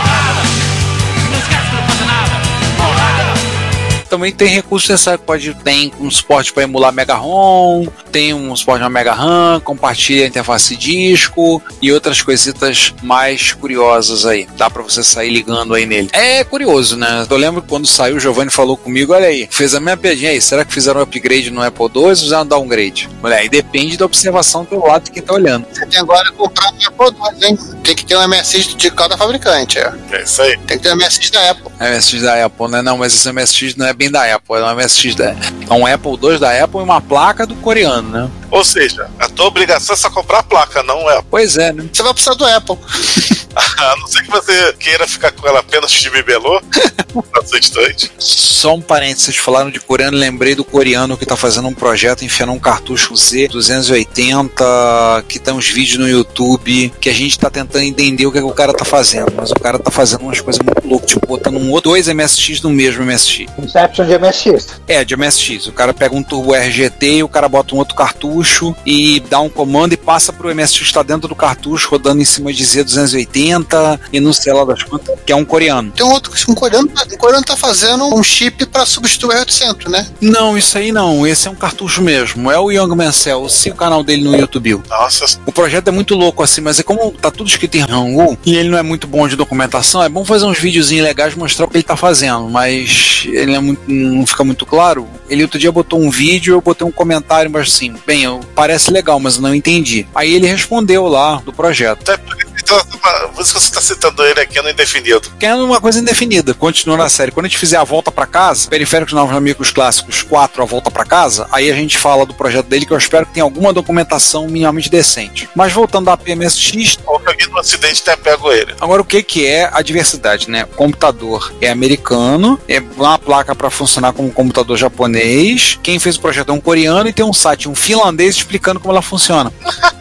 Também tem recursos necessários, tem um suporte para emular Mega ROM, tem um suporte para Mega RAM, compartilha a interface disco e outras coisitas mais curiosas aí. Dá para você sair ligando aí nele. É curioso, né? Eu lembro que quando saiu, o Giovanni falou comigo, olha aí, fez a minha piadinha aí, será que fizeram um upgrade no Apple II ou fizeram um downgrade? Olha aí, depende da observação do lado de quem tá olhando. Você tem agora que comprar um Apple II, hein? Tem que ter um MSX de cada fabricante, É isso aí. Tem que ter um MSX da Apple. MSX da Apple, né? Não, mas esse MSX não é bem da Apple, é um MSX é um Apple II da Apple e uma placa do coreano, né? Ou seja, a tua obrigação é só comprar a placa, não é? Pois é, né? Você vai precisar do Apple. A não ser que você queira ficar com ela apenas de bibelô na sua estante. Só um parênteses, vocês falaram de coreano, lembrei do coreano que tá fazendo um projeto enfiando um cartucho Z280, que tem uns vídeos no YouTube, que a gente tá tentando entender o que o cara tá fazendo, mas o cara tá fazendo umas coisas muito loucas, tipo botando dois MSX no mesmo MSX. Inception de MSX. É, de MSX. O cara pega um Turbo RGT e o cara bota um outro cartucho e dá um comando e passa pro MSX que tá dentro do cartucho, rodando em cima de Z280 e não sei lá das quantas, que é um coreano. Tem um outro que um coreano tá fazendo um chip pra substituir o R800, né? Não, isso aí não. Esse é um cartucho mesmo. É o Young Mancel. Siga o canal dele no YouTube. Nossa. O projeto é muito louco assim, mas é como tá tudo escrito em Hangul e ele não é muito bom de documentação, é bom fazer uns videozinhos legais e mostrar o que ele tá fazendo, mas ele não fica muito claro. Ele outro dia botou um vídeo, eu botei um comentário, mas assim, parece legal, mas eu não entendi. Aí ele respondeu lá do projeto. Por isso que você tá citando ele aqui no indefinido. Querendo uma coisa indefinida, continua na série. Quando a gente fizer a volta pra casa, Periféricos Novos Amigos Clássicos 4, a volta pra casa, aí a gente fala do projeto dele, que eu espero que tenha alguma documentação minimamente decente. Mas voltando à PMSX... Ou que alguém no acidente tenha pego ele. Agora, o que é a diversidade, né? O computador é americano, é uma placa para funcionar como um computador japonês, quem fez o projeto é um coreano e tem um site, um finlandês explicando como ela funciona.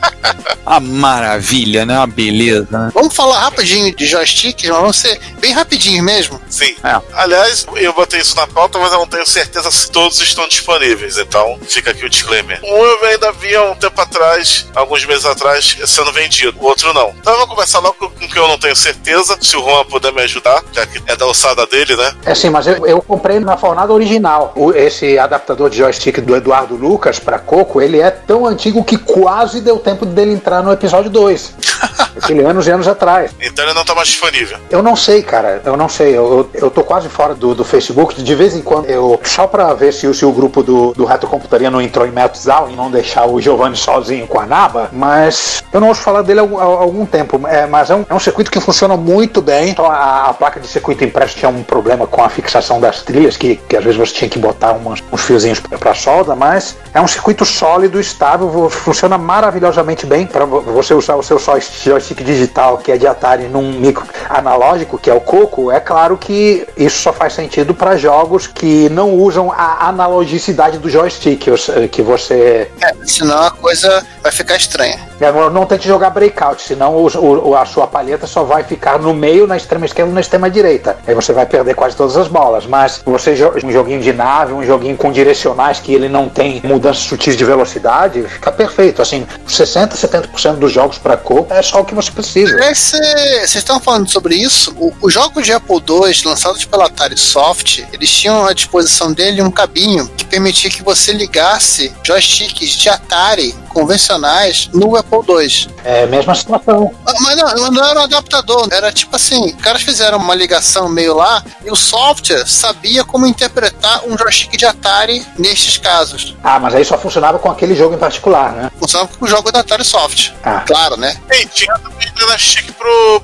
A maravilha, né? Uma beleza, né? Vamos falar rapidinho de joysticks, mas vamos ser bem rapidinho mesmo. Sim. Aliás, eu botei isso na pauta, mas eu não tenho certeza se todos estão disponíveis. Então, fica aqui o disclaimer. Um eu ainda vi há um tempo atrás, alguns meses atrás, sendo vendido. O outro não. Então eu vou começar logo com o que eu não tenho certeza. Se o Juan puder me ajudar, já que é da alçada dele, né? É sim, mas eu comprei na fornada original. Esse adaptador de joystick do Eduardo Lucas para Coco, ele é tão antigo que quase deu tempo dele entrar no episódio 2. Aquele anos e anos atrás. Então ele não tá mais disponível. Eu não sei, cara. Eu não sei. Eu tô quase fora do Facebook. De vez em quando só pra ver se o grupo do Retrocomputaria não entrou em meltdown e não deixar o Giovanni sozinho com a naba. Mas eu não ouço falar dele há algum tempo. Mas é um circuito que funciona muito bem. Então a placa de circuito impresso tinha um problema com a fixação das trilhas, que às vezes você tinha que botar uns fiozinhos pra solda. Mas é um circuito sólido, estável, funciona maravilhosamente bem para você usar o seu joystick digital, que é de Atari, num micro analógico, que é o Coco. É claro que isso só faz sentido para jogos que não usam a analogicidade do joystick, que você... Senão a coisa vai ficar estranha. Não tente jogar Breakout, senão a sua palheta só vai ficar no meio, na extrema esquerda e na extrema direita. Aí você vai perder quase todas as bolas. Mas você um joguinho de nave, um joguinho com direcionais que ele não tem mudanças sutis de velocidade, fica perfeito. Assim, 60%, 70% dos jogos para Coco é só o que você precisa. Vocês estão falando sobre isso? Os jogos de Apple II lançados pela Atari Soft, eles tinham à disposição dele um cabinho que permitia que você ligasse joysticks de Atari convencionais no Apple II. É a mesma situação. Mas não era um adaptador, era tipo assim, os caras fizeram uma ligação meio lá e o software sabia como interpretar um joystick de Atari nestes casos. Mas aí só funcionava com aquele jogo em particular, né? Funcionava com o jogo da Atari Soft. Claro, né? E tinha também joystick pro...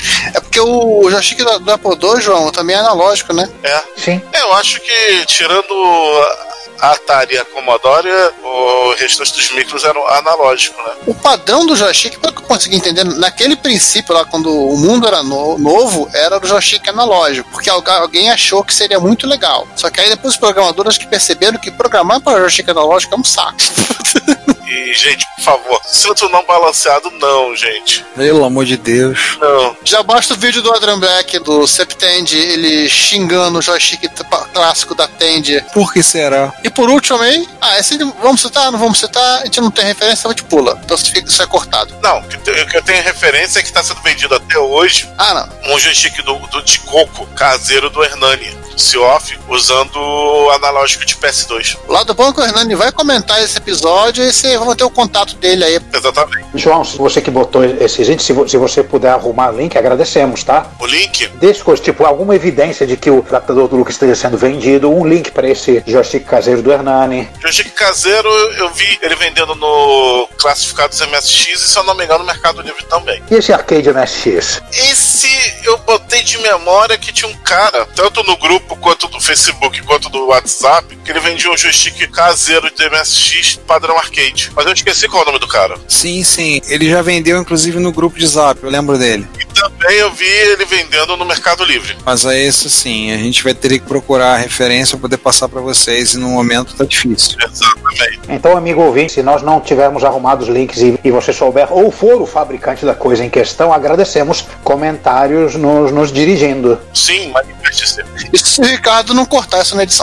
É porque o joystick do Apple II, João, também é analógico, né? É. Sim. Eu acho que, tirando a Atari e a Commodore, o restante dos micros eram analógicos, né? O padrão do joystick, pelo que eu consegui entender, naquele princípio lá, quando o mundo era novo, era o joystick analógico, porque alguém achou que seria muito legal. Só que aí depois os programadores que perceberam que programar para joystick analógico é um saco. E, gente, por favor, centro não balanceado, não, gente. Pelo amor de Deus. Não. Já basta o vídeo do Adrian Black, do Septend, ele xingando o joystick clássico da Tend. Por que será? E por último aí, esse vamos citar, não vamos citar, a gente não tem referência, a gente pula. Então isso é cortado. Não, o que eu tenho referência é que está sendo vendido até hoje um joystick de Coco caseiro do Hernani, Seoff, usando o analógico de PS2. O lado bom é que o Hernani vai comentar esse episódio e vocês vão ter o contato dele aí. Exatamente. João, se você que botou esse vídeo, se você puder arrumar o link, agradecemos, tá? O link? Deixa coisa, tipo, alguma evidência de que o adaptador do Lucas esteja sendo vendido, um link para esse joystick caseiro do Hernani. Joystick caseiro, eu vi ele vendendo no Classificados MSX e, se eu não me engano, no Mercado Livre também. E esse Arcade MSX? Esse eu botei de memória que tinha um cara, tanto no grupo quanto do Facebook quanto do WhatsApp, que ele vendia um joystick caseiro de MSX padrão arcade. Mas eu esqueci qual é o nome do cara. Sim. Ele já vendeu, inclusive, no grupo de Zap, eu lembro dele. E também eu vi ele vendendo no Mercado Livre. Mas é isso sim, a gente vai ter que procurar a referência para poder passar para vocês, e no momento tá difícil. Exatamente. Então, amigo ouvinte, se nós não tivermos arrumado os links e você souber, ou for o fabricante da coisa em questão, agradecemos comentários nos dirigindo. Sim, manifeste-se. Isso se o Ricardo não cortar isso na edição.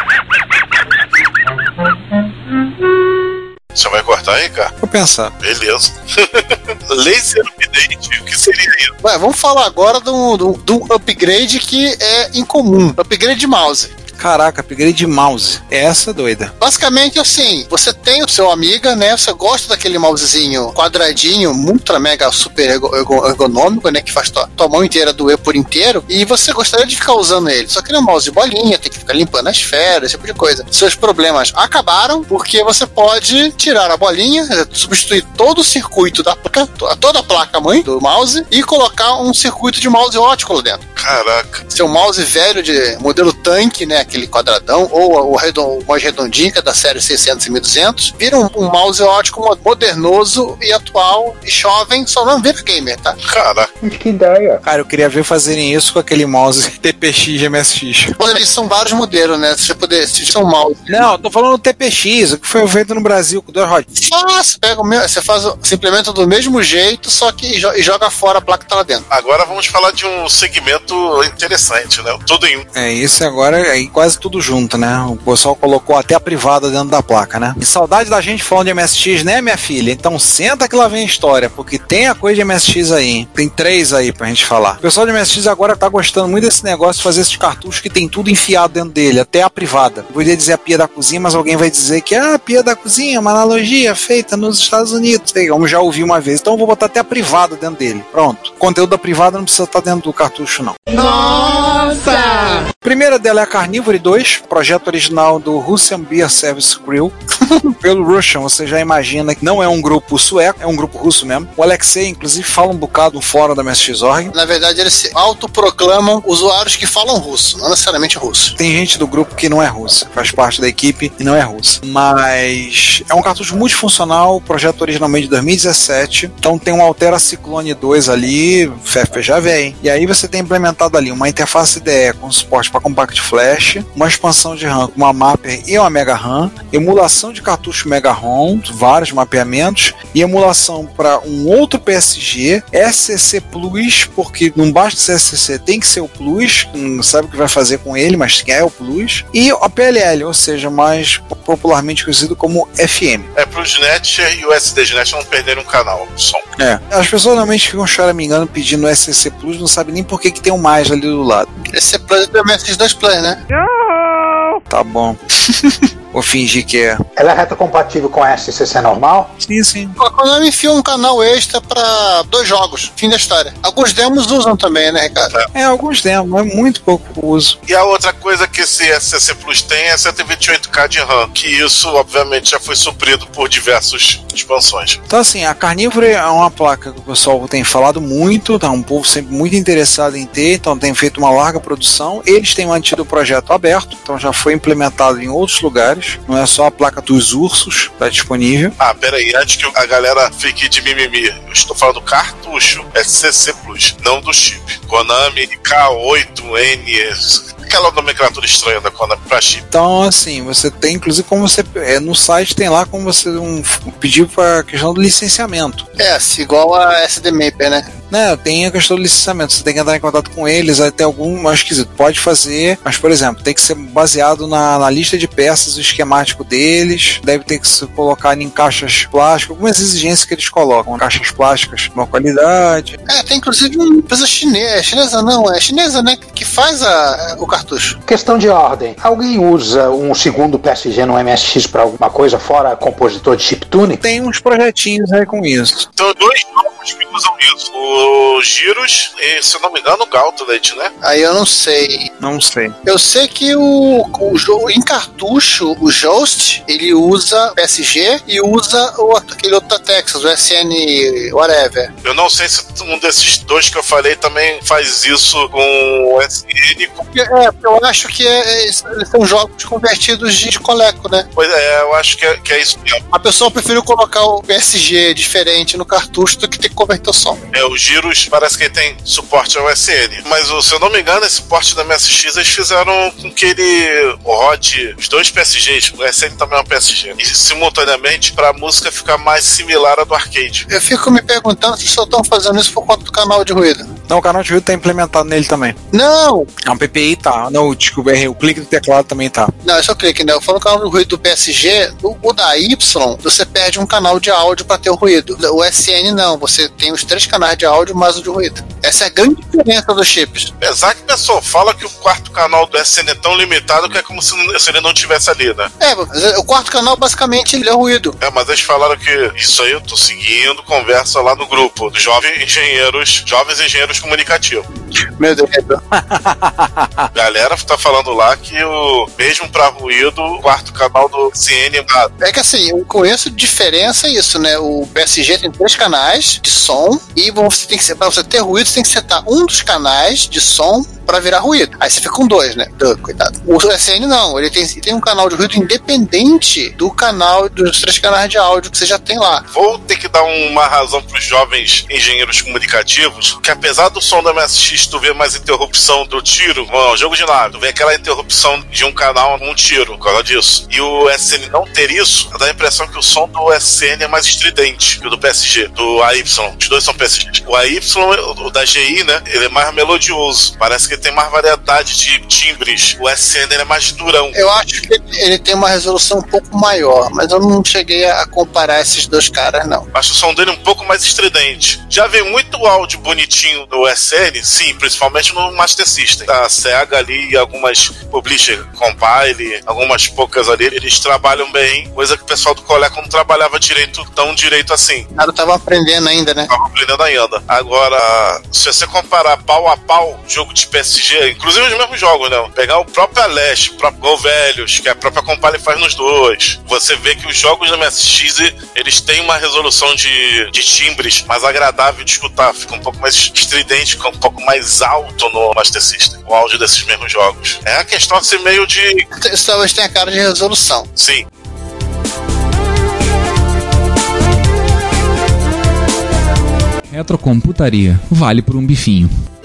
Você vai cortar aí, cara? Vou pensar. Beleza. Laser Update, o que seria isso? Vamos falar agora do upgrade que é incomum. Upgrade de mouse. Caraca, upgrade de mouse. Essa é doida. Basicamente, assim, você tem o seu Amiga, né? Você gosta daquele mousezinho quadradinho, ultra mega super ergonômico, né? Que faz tua mão inteira doer por inteiro. E você gostaria de ficar usando ele. Só que ele é um mouse de bolinha, tem que ficar limpando as esferas, esse tipo de coisa. Seus problemas acabaram porque você pode tirar a bolinha, substituir todo o circuito da placa, toda a placa-mãe do mouse e colocar um circuito de mouse ótico lá dentro. Caraca. Seu mouse velho de modelo tanque, né? Aquele quadradão, ou o mais redondinho, que é da série 600 e 1200, vira um mouse ótico modernoso e atual e jovem, só não vira gamer, tá? Caraca. Que ideia. Cara, eu queria ver fazerem isso com aquele mouse TPX e MSX. Eles são vários modelos, né? Você poder são mouse. Não, eu tô falando do TPX, o que foi feito no Brasil com 2 rodas. Você pega você implementa do mesmo jeito, só que e joga fora a placa que tá lá dentro. Agora vamos falar de um segmento interessante, né? Tudo em um. É, isso agora é quase tudo junto, né? O pessoal colocou até a privada dentro da placa, né? E saudade da gente falando de MSX, né, minha filha? Então senta que lá vem a história, porque tem a coisa de MSX aí, hein? Tem 3 aí pra gente falar. O pessoal de MSX agora tá gostando muito desse negócio de fazer esses cartuchos que tem tudo enfiado dentro dele, até a privada. Eu poderia dizer a pia da cozinha, mas alguém vai dizer que a pia da cozinha é uma analogia feita nos Estados Unidos. Como já ouvi uma vez. Então eu vou botar até a privada dentro dele. Pronto. O conteúdo da privada não precisa estar dentro do cartucho, não. Nossa! A primeira dela é a Carnivore 2, projeto original do Russian Beer Service Crew. Pelo Russian, você já imagina que não é um grupo sueco, é um grupo russo mesmo. O Alexei, inclusive, fala um bocado no fórum da MSX.org. Na verdade, eles se autoproclamam usuários que falam russo, não necessariamente russo. Tem gente do grupo que não é russa, faz parte da equipe e não é russa. Mas é um cartucho multifuncional, projeto originalmente de 2017. Então tem um Altera Cyclone 2 ali, FFPGA vem. E aí você tem implementado ali uma interface IDE com suporte para Compact Flash, uma expansão de RAM com uma Mapper e uma Mega RAM, emulação de cartucho Mega ROM, vários mapeamentos, e emulação para um outro PSG, SCC Plus, porque não basta ser SCC, tem que ser o Plus, não sabe o que vai fazer com ele, mas é o Plus, e a PLL, ou seja, mais popularmente conhecido como FM. É pro Snatcher e o SD Snatcher não perderem um canal, som. É, as pessoas normalmente ficam choramingando pedindo SCC Plus, não sabem nem por que tem um mais ali do lado. SCC Plus é o MSX2 Plus, né? Tá bom. Vou fingir que é. Ela é retrocompatível com a SCC normal? Sim, sim. A Konami enfiou um canal extra pra 2 jogos, fim da história. Alguns demos usam também, né, Ricardo? É, alguns demos, mas muito pouco uso. E a outra coisa que esse SCC Plus tem é 128K de RAM, que isso, obviamente, já foi suprido por diversas expansões. Então, assim, a Carnivore é uma placa que o pessoal tem falado muito, tá um povo sempre muito interessado em ter, então tem feito uma larga produção. Eles têm mantido o projeto aberto, então já foi implementado em outros lugares. Não é só a placa dos ursos, tá disponível. Ah, peraí, antes que a galera fique de mimimi, eu estou falando do cartucho SCC Plus, não do chip. Konami K8N, aquela nomenclatura estranha da Konami pra chip. Então, assim, você tem, inclusive, como você no site tem lá como você pedir para a questão do licenciamento. É, igual a SD Maper, né? Né, tem a questão do licenciamento, você tem que entrar em contato com eles, aí tem algum mais esquisito, pode fazer, mas por exemplo, tem que ser baseado na lista de peças, o esquemático deles, deve ter que se colocar em caixas plásticas, algumas exigências que eles colocam, caixas plásticas de uma qualidade. É, tem inclusive uma empresa chinesa, né, que faz o cartucho. Questão de ordem, alguém usa um segundo PSG no MSX para alguma coisa fora compositor de chiptune? Tem uns projetinhos aí com isso. São 2 jogos que usam isso, o Gyros e, se eu não me engano, o Gauntlet, né? Aí eu não sei. Não sei. Eu sei que o jogo em cartucho, o Joust, ele usa PSG e usa aquele outro da Texas, o SN whatever. Eu não sei se um desses 2 que eu falei também faz isso com o SN. Eu acho que eles são jogos convertidos de Coleco, né? Pois é, eu acho que é isso mesmo. A pessoa preferiu colocar o PSG diferente no cartucho do que ter que converter o som. É, o Gyros parece que ele tem suporte ao SN, mas se eu não me engano, esse porte da MSX eles fizeram com que ele rode os 2 PSGs, o SN também é um PSG, e simultaneamente para a música ficar mais similar à do arcade. Eu fico me perguntando se só estão fazendo isso por conta do canal de ruído. Não, o canal de ruído tá implementado nele também. Não! A PPI tá. Não, o clique do teclado também tá. Não, é só clique, né? Eu falo do canal de ruído do PSG, o da Y, você perde um canal de áudio para ter o ruído. O SN não, você tem os 3 canais de áudio mais caso de ruído. Essa é a grande diferença dos chips. Apesar que o pessoal fala que o quarto canal do SN é tão limitado que é como se ele não tivesse ali, né? O quarto canal basicamente ele é ruído. Mas eles falaram que isso aí eu tô seguindo, conversa lá no grupo dos jovens engenheiros comunicativos. Meu Deus. A galera tá falando lá que mesmo pra ruído, o quarto canal do CN é que assim, eu conheço diferença isso, né? O PSG tem 3 canais de som e você tem que pra você ter ruído, você tem que setar um dos canais de som pra virar ruído. Aí você fica com 2, né? Coitado. O SN não, ele tem um canal de ruído independente do canal dos 3 canais de áudio que você já tem lá. Vou ter que dar uma razão pros jovens engenheiros comunicativos, que apesar do som da MSX tu vê mais interrupção do tiro, jogo de nave, tu vê aquela interrupção de um canal num tiro, por causa disso. E o SN não ter isso, dá a impressão que o som do SN é mais estridente que o do PSG, do AY. Os dois são PSG. O AY, o da GI, né? Ele é mais melodioso. Parece que tem mais variedade de timbres. O SN ele é mais durão. Eu acho que ele tem uma resolução um pouco maior, mas eu não cheguei a comparar esses dois caras, não. Acho o som dele um pouco mais estridente. Já vem muito áudio bonitinho do SN, sim, principalmente no Master System. A SEGA ali e algumas publisher, Compile, algumas poucas ali, eles trabalham bem, coisa que o pessoal do Coleco não trabalhava tão direito assim. Cara, tava aprendendo ainda, né? Tava aprendendo ainda. Agora, se você comparar pau a pau, jogo de PSG, inclusive os mesmos jogos, né? Pegar o próprio Aleste, o próprio Gol Velhos, que a própria Compile faz nos dois, você vê que os jogos da MSX, eles têm uma resolução de timbres mais agradável de escutar, fica um pouco mais estridente, fica um pouco mais alto no Master System, o áudio desses mesmos jogos. É a questão assim meio de... Isso talvez tenha cara de resolução. Sim. Retrocomputaria vale por um bifinho.